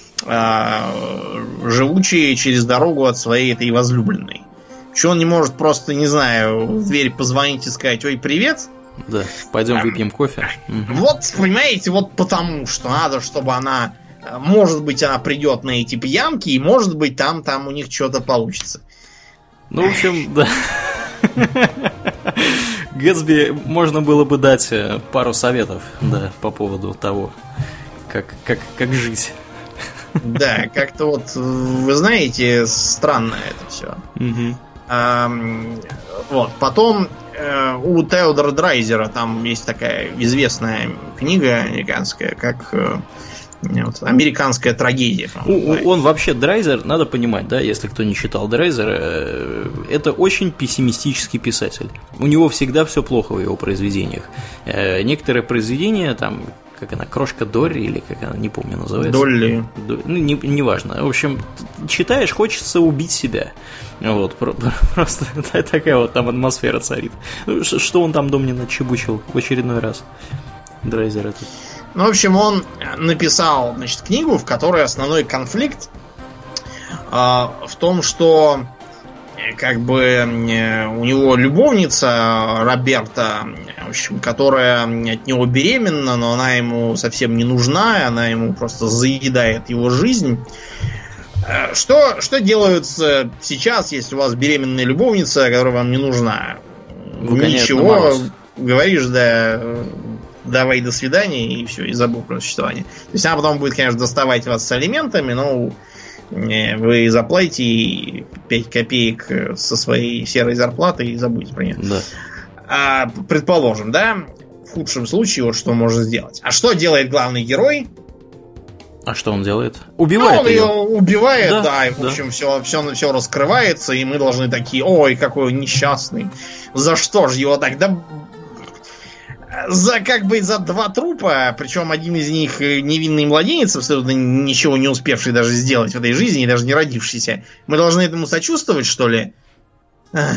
живучие через дорогу от своей этой возлюбленной. Че он не может просто, не знаю, в дверь позвонить и сказать: ой, привет? Да, пойдем выпьем кофе. Вот, понимаете, вот потому что надо, чтобы она, может быть, она придет на эти пьянки, и может быть, там, там у них что-то получится. Ну, в общем, да. Гэтсби можно было бы дать пару советов, да, по поводу того, как, как, как жить. Да, как-то вот, вы знаете, странно это все. Угу. А, вот, потом э, у Теодора Драйзера там есть такая известная книга американская, как э, вот, «Американская трагедия». У, он вообще, Драйзер, надо понимать, да, если кто не читал Драйзера, э, это очень пессимистический писатель. У него всегда все плохо в его произведениях. Э, некоторые произведения там... Как она, Крошка Дорри, или как она, не помню, называется. Долли. До, ну, не, не важно. В общем, читаешь, хочется убить себя. Вот, про, просто такая вот там атмосфера царит. Что он там до мне начебучил в очередной раз? Драйзер этот. Ну, в общем, он написал, значит, книгу, в которой основной конфликт э, в том, что как бы у него любовница Роберта, в общем, которая от него беременна, но она ему совсем не нужна, она ему просто заедает его жизнь. Что, что делают сейчас, если у вас беременная любовница, которая вам не нужна? Выгоняют Ничего, говоришь, да, давай до свидания, и все, и забыл про существование. То есть она потом будет, конечно, доставать вас с алиментами, но вы заплатите пять копеек со своей серой зарплаты и забудете про нее. Да. А, предположим, да, в худшем случае вот что можно сделать. А что делает главный герой? А что он делает? Убивает ну, он ее. ее убивает, да, да и в да. общем все, все, все раскрывается, и мы должны такие, ой, какой он несчастный. За что же его так? Да за как бы за два трупа, причем один из них невинный младенец, абсолютно ничего не успевший даже сделать в этой жизни, и даже не родившийся. Мы должны этому сочувствовать, что ли? Ах.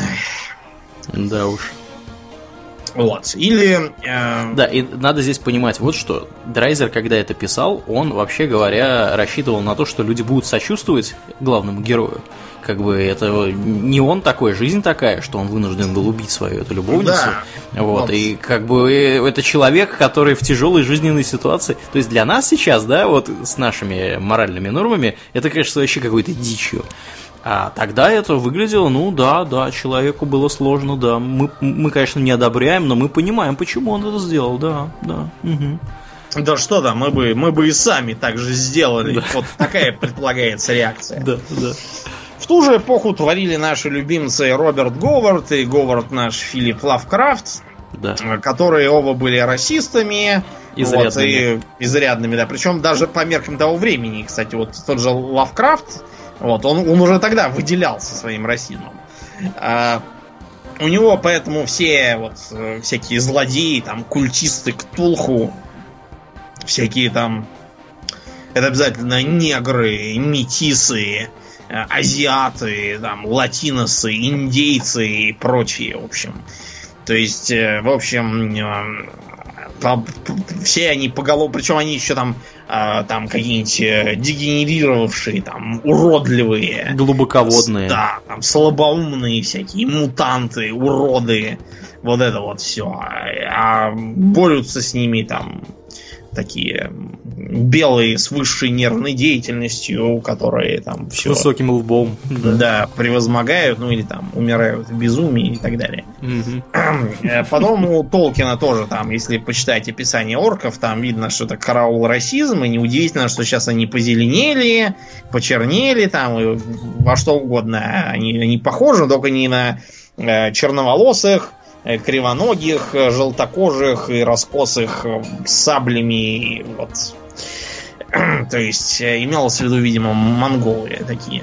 Да уж. Вот. Или... Э... Да, и надо здесь понимать вот что. Драйзер, когда это писал, он, вообще говоря, рассчитывал на то, что люди будут сочувствовать главному герою. Как бы это не он такой, жизнь такая, что он вынужден был убить свою эту любовницу. Да. Вот. Вот. И как бы это человек, который в тяжелой жизненной ситуации. То есть для нас сейчас, да, вот с нашими моральными нормами, это, конечно, вообще какой-то дичью. А тогда это выглядело, ну да, да, человеку было сложно, да. Мы, мы, конечно, не одобряем, но мы понимаем, почему он это сделал, да, да. Угу. Да что там, мы бы, мы бы и сами так же сделали. Да. Вот такая предполагается реакция. Да, да. В ту же эпоху творили наши любимцы Роберт Говард и Говард наш Филипп Лавкрафт, да. которые оба были расистами. Изрядными. Вот, и изрядными, да. Причем даже по меркам того времени, кстати, вот тот же Лавкрафт, вот, он, он уже тогда выделялся своим расизмом. А, у него поэтому все вот всякие злодеи, там, культисты Ктулху, всякие там, это обязательно негры, метисы, азиаты, там, латиносы, индейцы и прочие, в общем. То есть, в общем, все они поголовно, причем они еще там, там какие-нибудь дегенерировавшие, там, уродливые. Глубоководные. Да, там, слабоумные всякие, мутанты, уроды. Вот это вот все. А борются с ними там такие белые с высшей нервной деятельностью, которые там все... С высоким лбом. Да. да, превозмогают, ну или там умирают в безумии и так далее. Mm-hmm. Потом у Толкина тоже там, если почитать описание орков, там видно, что это караул расизм, и неудивительно, что сейчас они позеленели, почернели, там, и во что угодно. Они, они похожи, только не на э, черноволосых, кривоногих, желтокожих и раскосых с саблями. Вот. То есть имелось в виду, видимо, монголы такие.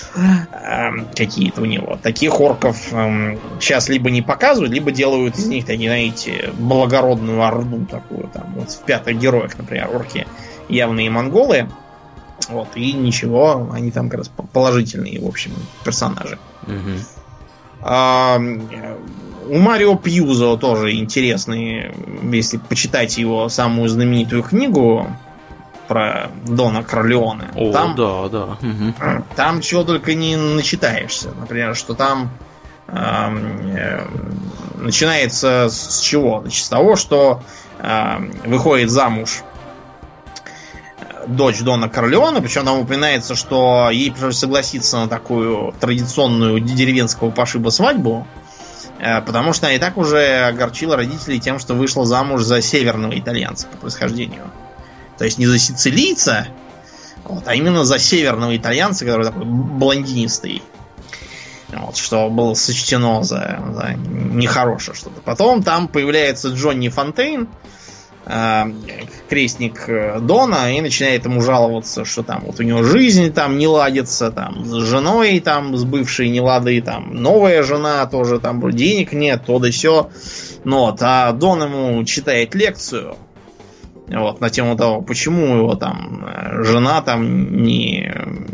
Какие-то у него. Таких орков сейчас либо не показывают, либо делают из них, такие, знаете, благородную орду такую. Там, вот в пятых героях, например, орки явные монголы. Вот, и ничего, они там как раз положительные, в общем, персонажи. Угу. А, у Марио Пьюзо тоже интересный, если почитать его самую знаменитую книгу про Дона Корлеоне. О, там, да, да. Угу. Там чего только не начитаешься. Например, что там э, э, начинается с чего? Значит, с того, что э, выходит замуж дочь Дона Корлеоне, причем там упоминается, что ей пришлось согласиться на такую традиционную деревенского пошиба свадьбу, потому что она и так уже огорчила родителей тем, что вышла замуж за северного итальянца по происхождению. То есть не за сицилийца, вот, а именно за северного итальянца, который такой блондинистый. Вот, что было сочтено за, за нехорошее что-то. Потом там появляется Джонни Фонтейн, крестник Дона, и начинает ему жаловаться, что там вот у него жизнь там не ладится, там с женой там с бывшей не лады, там новая жена тоже, там денег нет, то да сё. Ну, вот, а Дон ему читает лекцию вот, на тему того, почему его там жена там не,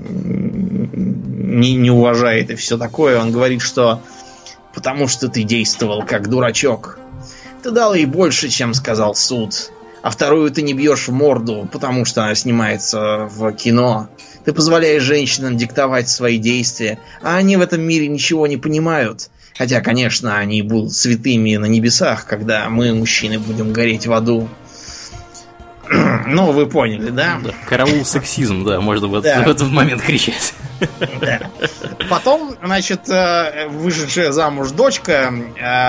не, не уважает и все такое. Он говорит, что потому что ты действовал как дурачок. Ты дал ей больше, чем сказал суд. А вторую ты не бьешь в морду, потому что она снимается в кино. Ты позволяешь женщинам диктовать свои действия, а они в этом мире ничего не понимают. Хотя, конечно, они будут святыми на небесах, когда мы, мужчины, будем гореть в аду. Ну, вы поняли, да? Да, караул сексизм, да, можно в, да. в этот момент кричать. Да. Потом, значит, вышедшая замуж дочка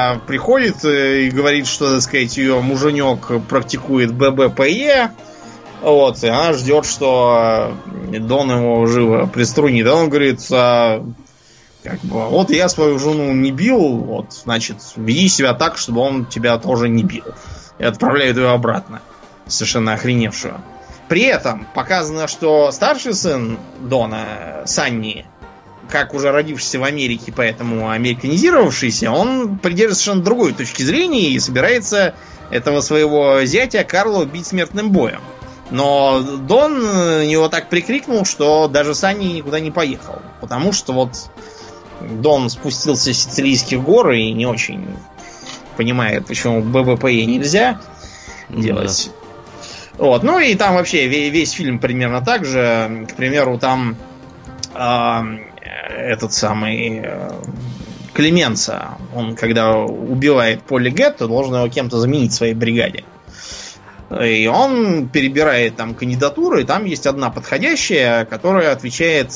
приходит и говорит, что, так сказать, ее муженек практикует бэ бэ пэ е, Вот, и она ждет, что Дон его живо приструнит. А он говорит, а, как бы, вот я свою жену не бил, вот, значит, веди себя так, чтобы он тебя тоже не бил. И отправляет ее обратно, совершенно охреневшего. При этом показано, что старший сын Дона, Санни, как уже родившийся в Америке, поэтому американизировавшийся, он придерживается совершенно другой точки зрения и собирается этого своего зятя Карла убить смертным боем. Но Дон его так прикрикнул, что даже Санни никуда не поехал. Потому что вот Дон спустился с Сицилийских гор и не очень понимает, почему ББП нельзя да. делать. Вот. Ну и там вообще весь фильм примерно так же. К примеру, там э, этот самый э, Клеменца, он когда убивает Полли Гетто, должен его кем-то заменить в своей бригаде. И он перебирает там кандидатуры, и там есть одна подходящая, которая отвечает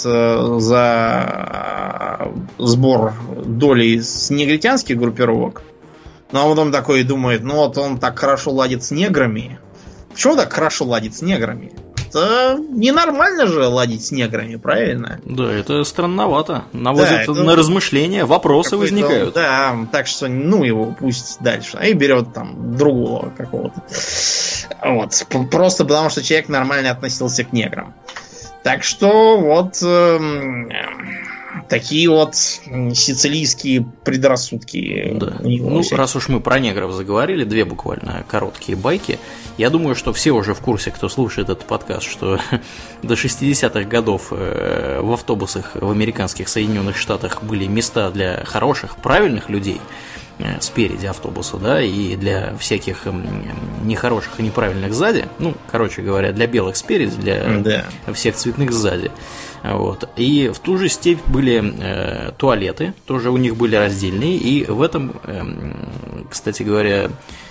за сбор доли с негритянских группировок. Ну а потом такой думает, ну вот он так хорошо ладит с неграми. Почему так хорошо ладит с неграми? Это ненормально же ладить с неграми, правильно? Да, это странновато. Наводит да, это на размышления, вопросы возникают. Да, так что ну его пусть дальше. И берет там другого какого-то. Вот. Просто потому, что человек нормально относился к неграм. Так что вот э, такие вот сицилийские предрассудки. Да. Ну, раз уж мы про негров заговорили, две буквально короткие байки. Я думаю, что все уже в курсе, кто слушает этот подкаст, что до шестидесятых годов в автобусах в американских Соединенных Штатах были места для хороших, правильных людей спереди автобуса, да, и для всяких нехороших и неправильных сзади. Ну, короче говоря, для белых спереди, для да. всех цветных сзади. Вот. И в ту же степь были э, туалеты, тоже у них были раздельные, и в этом, э, кстати говоря,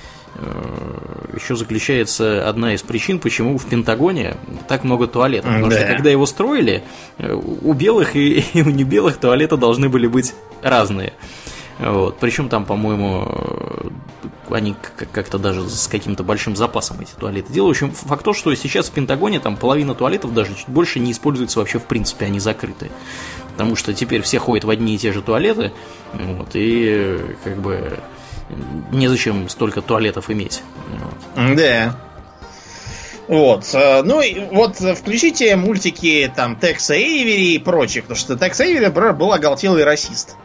э, еще заключается одна из причин, почему в Пентагоне так много туалетов. Потому да. что когда его строили, у белых и, и у небелых туалеты должны были быть разные. Вот. Причем там, по-моему, они как-то даже с каким-то большим запасом эти туалеты делают. В общем, факт то, что сейчас в Пентагоне там половина туалетов даже чуть больше не используется вообще в принципе, они закрыты. Потому что теперь все ходят в одни и те же туалеты, вот, и как бы незачем столько туалетов иметь. Вот. Да. Вот. Ну и вот включите мультики там Текса Эйвери и прочих, потому что Текс Эйвери, например, был оголтелый расист.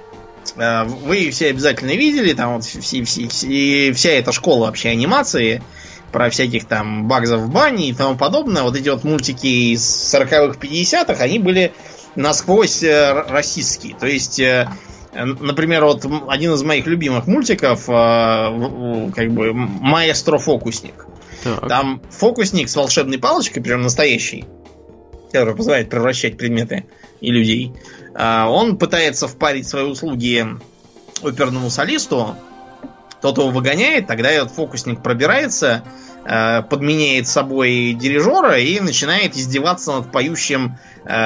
Вы все обязательно видели, там вот все, все, все, вся эта школа вообще анимации про всяких там Багзов в бане и тому подобное. Вот эти вот мультики из сороковых, пятидесятых, они были насквозь расистские. То есть, например, вот один из моих любимых мультиков, как бы Маэстро-фокусник. Так. Там фокусник с волшебной палочкой, прям настоящий, который позволяет превращать предметы и людей. Он пытается впарить свои услуги оперному солисту. Тот его выгоняет, тогда этот фокусник пробирается, подменяет собой дирижера и начинает издеваться над поющим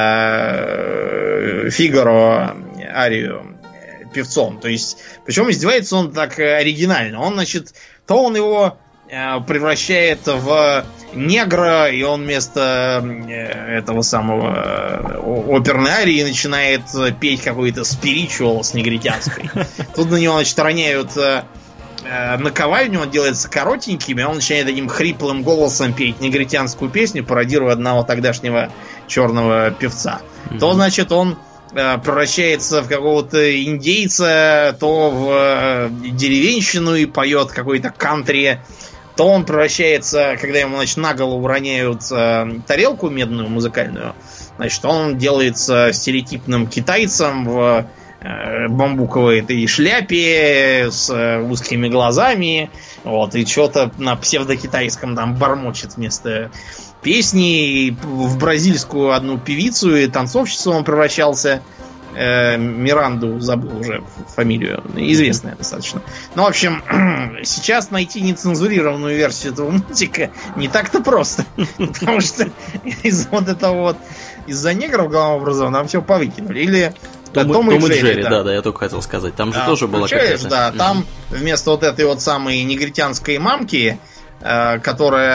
Фигаро арию певцом. То есть, причем издевается он так оригинально. Он, значит, то он его превращает в негра, и он вместо этого самого оперной арии начинает петь какой-то спиричуал с негритянской. Тут на него, значит, роняют наковальню, он делается коротеньким, и он начинает таким хриплым голосом петь негритянскую песню, пародируя одного тогдашнего черного певца. Mm-hmm. То, значит, он превращается в какого-то индейца, то в деревенщину и поет какой-то кантри, то он превращается, когда ему, значит, на голову роняют э, тарелку медную музыкальную, значит, он делается стереотипным китайцем в э, бамбуковой этой шляпе с э, узкими глазами, вот, и что-то на псевдокитайском там бормочет вместо песни. И в бразильскую одну певицу и танцовщицу он превращался. Э, Миранду, забыл уже фамилию, известная достаточно. Ну, в общем, сейчас найти нецензурированную версию этого мультика не так-то просто. Потому что из вот этого вот, из-за негров, главным образом, нам все повыкинули. Или Том, Том и Джерри, Джерри да. да, да, я только хотел сказать. Там же а, тоже была какая-то... Да, там вместо вот этой вот самой негритянской мамки, которая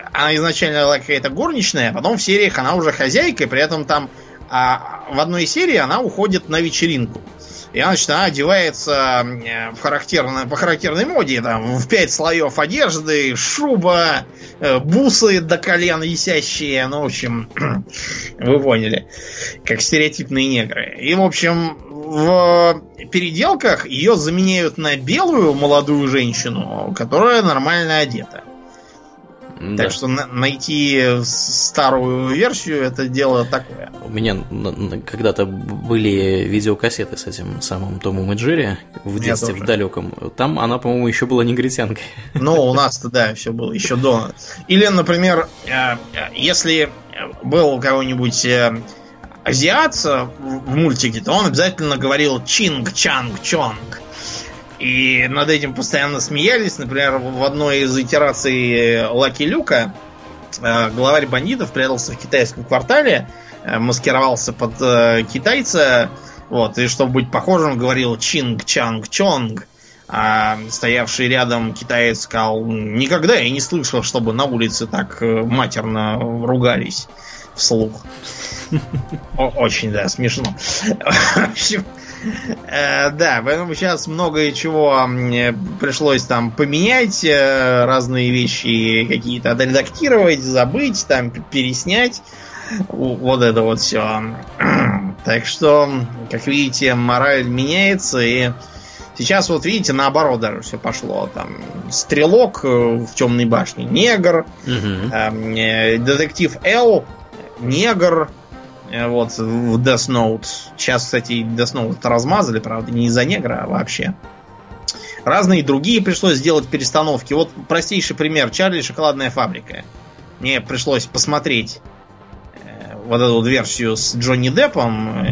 она изначально была какая-то горничная, а потом в сериях она уже хозяйка, и при этом там а, в одной серии она уходит на вечеринку. И она, значит, она одевается в характерно, по характерной моде, там, в пять слоев одежды, шуба, бусы до колен висящие, ну, в общем, вы поняли, как стереотипные негры. И, в общем, в переделках ее заменяют на белую молодую женщину, которая нормально одета. Да. Так что на- найти старую версию — это дело такое. У меня когда-то были видеокассеты с этим самым Томом и Джерри в детстве, в далеком. Там она, по-моему, еще была негритянкой. Ну, у нас-то, да, все было еще до. Или, например, если был какой-нибудь азиат в мультике, то он обязательно говорил «чинг, чанг, чонг». И над этим постоянно смеялись. Например, в одной из итераций Лаки Люка главарь бандитов прятался в китайском квартале, маскировался под китайца, вот, и чтобы быть похожим, говорил «чинг, чанг, чонг». А стоявший рядом китаец сказал: «Никогда я не слышал, чтобы на улице так матерно ругались вслух». Очень, да, смешно. В общем, да, поэтому сейчас многое чего пришлось там поменять, разные вещи какие-то отредактировать, забыть, там переснять. Вот это вот все. Так что, как видите, мораль меняется, и сейчас вот видите, наоборот даже все пошло. Там стрелок в темной башне негр, угу. Детектив Эл негр. Вот, в Death Note. Сейчас, кстати, Death Note размазали, правда, не из-за негра, а вообще. Разные другие пришлось сделать перестановки. Вот простейший пример. Чарли и шоколадная фабрика. Мне пришлось посмотреть э, вот эту вот версию с Джонни Деппом.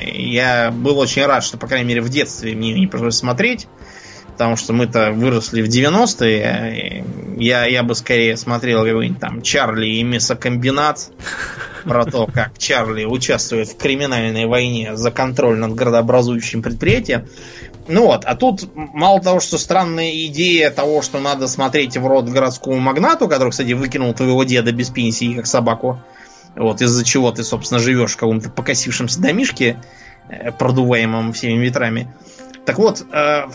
Я был очень рад, что, по крайней мере, в детстве мне ее не пришлось смотреть. Потому что мы-то выросли в девяностые. Я, я бы скорее смотрел какой-нибудь там Чарли и мясокомбинат. Про то, как Чарли участвует в криминальной войне за контроль над городообразующим предприятием. Ну вот, а тут мало того, что странная идея того, что надо смотреть в рот городскому магнату, который, кстати, выкинул твоего деда без пенсии, как собаку. Вот, из-за чего ты, собственно, живешь в каком-то покосившемся домишке, продуваемом всеми ветрами. Так вот,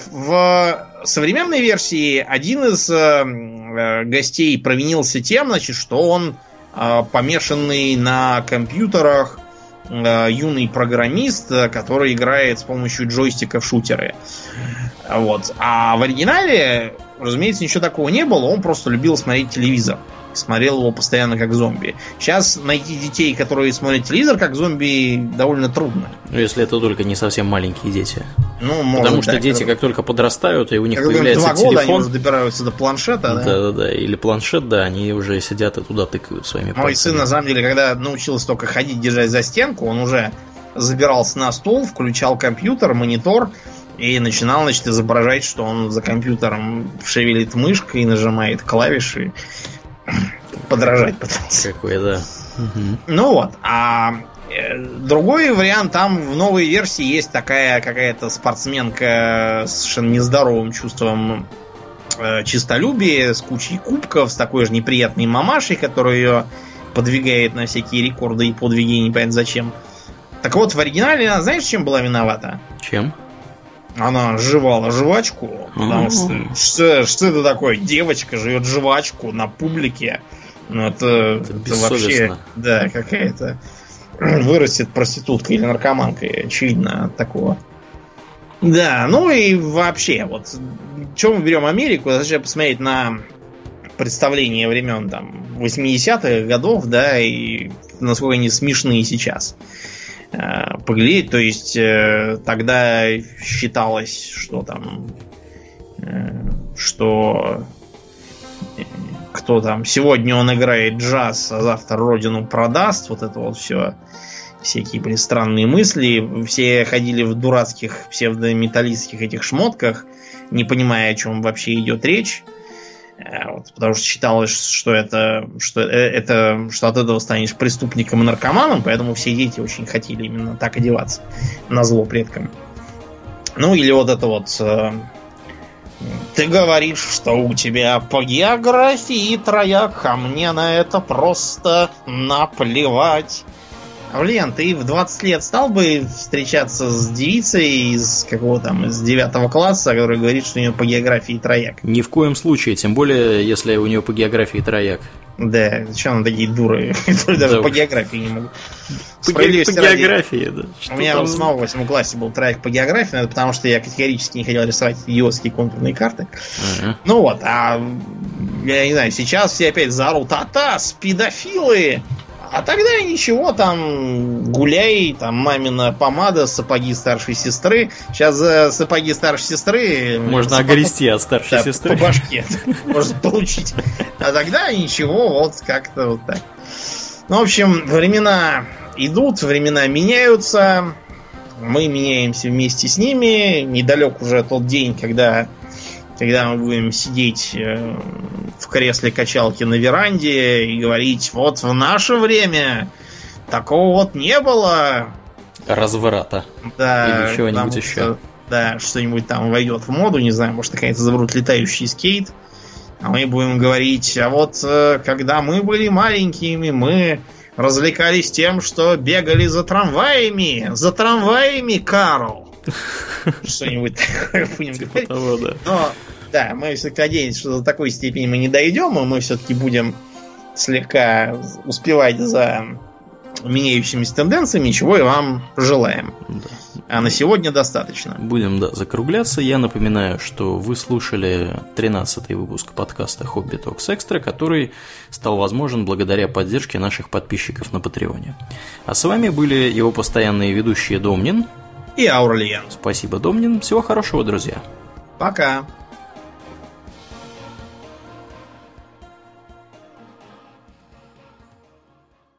в современной версии один из гостей провинился тем, значит, что он помешанный на компьютерах юный программист, который играет с помощью джойстика в шутеры. Вот. А в оригинале, разумеется, ничего такого не было. Он просто любил смотреть телевизор. Смотрел его постоянно как зомби. Сейчас найти детей, которые смотрят телевизор как зомби, довольно трудно. Ну, если это только не совсем маленькие дети. Ну, может, Потому что да, дети, когда... как только подрастают, и у них когда появляется два телефон... года, они уже добираются до планшета, да? Да-да-да, или планшет, да, они уже сидят и туда тыкают своими пальцами. Мой сын, на самом деле, когда научился только ходить, держать за стенку, он уже забирался на стол, включал компьютер, монитор и начинал, значит, изображать, что он за компьютером шевелит мышкой и нажимает клавиши. Подражать пытался. Какой, да. Угу. Ну вот. А другой вариант, там в новой версии есть такая какая-то спортсменка с совершенно нездоровым чувством э, честолюбия, с кучей кубков, с такой же неприятной мамашей, которая ее подвигает на всякие рекорды и подвиги, непонятно зачем. Так вот, в оригинале она, знаешь, чем была виновата? Чем? Она жевала жвачку, потому что, что что это такое? Девочка жует жвачку на публике. Ну, это, это, это вообще, да, какая-то вырастет проституткой или наркоманкой, очевидно, от такого. Да, ну и вообще, вот, что мы берем Америку, зачем посмотреть на представления времен там восьмидесятых годов, да, и насколько они смешные сейчас. Поглядеть, то есть тогда считалось, что там, что кто там сегодня он играет джаз, а завтра родину продаст, вот это вот все, всякие были странные мысли, все ходили в дурацких псевдометаллистских этих шмотках, не понимая, о чем вообще идет речь. Вот, потому что считалось, что это, что это, что от этого станешь преступником и наркоманом, поэтому все дети очень хотели именно так одеваться, назло предкам. Ну или вот это вот э, Ты говоришь, что у тебя по географии трояк, а мне на это просто наплевать. Блин, ты в двадцать лет стал бы встречаться с девицей из какого там, из девятого класса, которая говорит, что у нее по географии трояк? Ни в коем случае, тем более, если у нее по географии трояк. Да, зачем она такие дуры, которые даже по географии не могут. По, по географии, да. У меня в самом восьмом классе был трояк по географии, но это потому что я категорически не хотел рисовать идиотские контурные карты. Uh-huh. Ну вот, а я не знаю, сейчас все опять заорут: «Атас, педофилы!» А тогда ничего, там гуляй, там мамина помада, сапоги старшей сестры. Сейчас за сапоги старшей сестры можно сапог... огрести от старшей да, сестры. По башке можно получить. А тогда ничего, вот как-то вот так. Ну, в общем, времена идут, времена меняются. Мы меняемся вместе с ними. Недалек уже тот день, когда... Когда мы будем сидеть в кресле качалки на веранде и говорить: вот в наше время такого вот не было. Разврата. Да. Или чего-нибудь еще. Что, да, что-нибудь там войдет в моду, не знаю, может, наконец изобрут летающий скейт. А мы будем говорить: а вот когда мы были маленькими, мы развлекались тем, что бегали за трамваями. За трамваями, Карл. Что-нибудь такое будем говорить. Того, да. Но, да, мы все-таки надеемся, что до такой степени мы не дойдем, и мы все-таки будем слегка успевать за меняющимися тенденциями, чего и вам желаем. Да. А на сегодня достаточно. Будем, да, закругляться. Я напоминаю, что вы слушали тринадцатый выпуск подкаста Hobby Talks Extra, который стал возможен благодаря поддержке наших подписчиков на Патреоне. А с вами были его постоянные ведущие Домнин и Аурлиен. Спасибо, Домнин. Всего хорошего, друзья. Пока.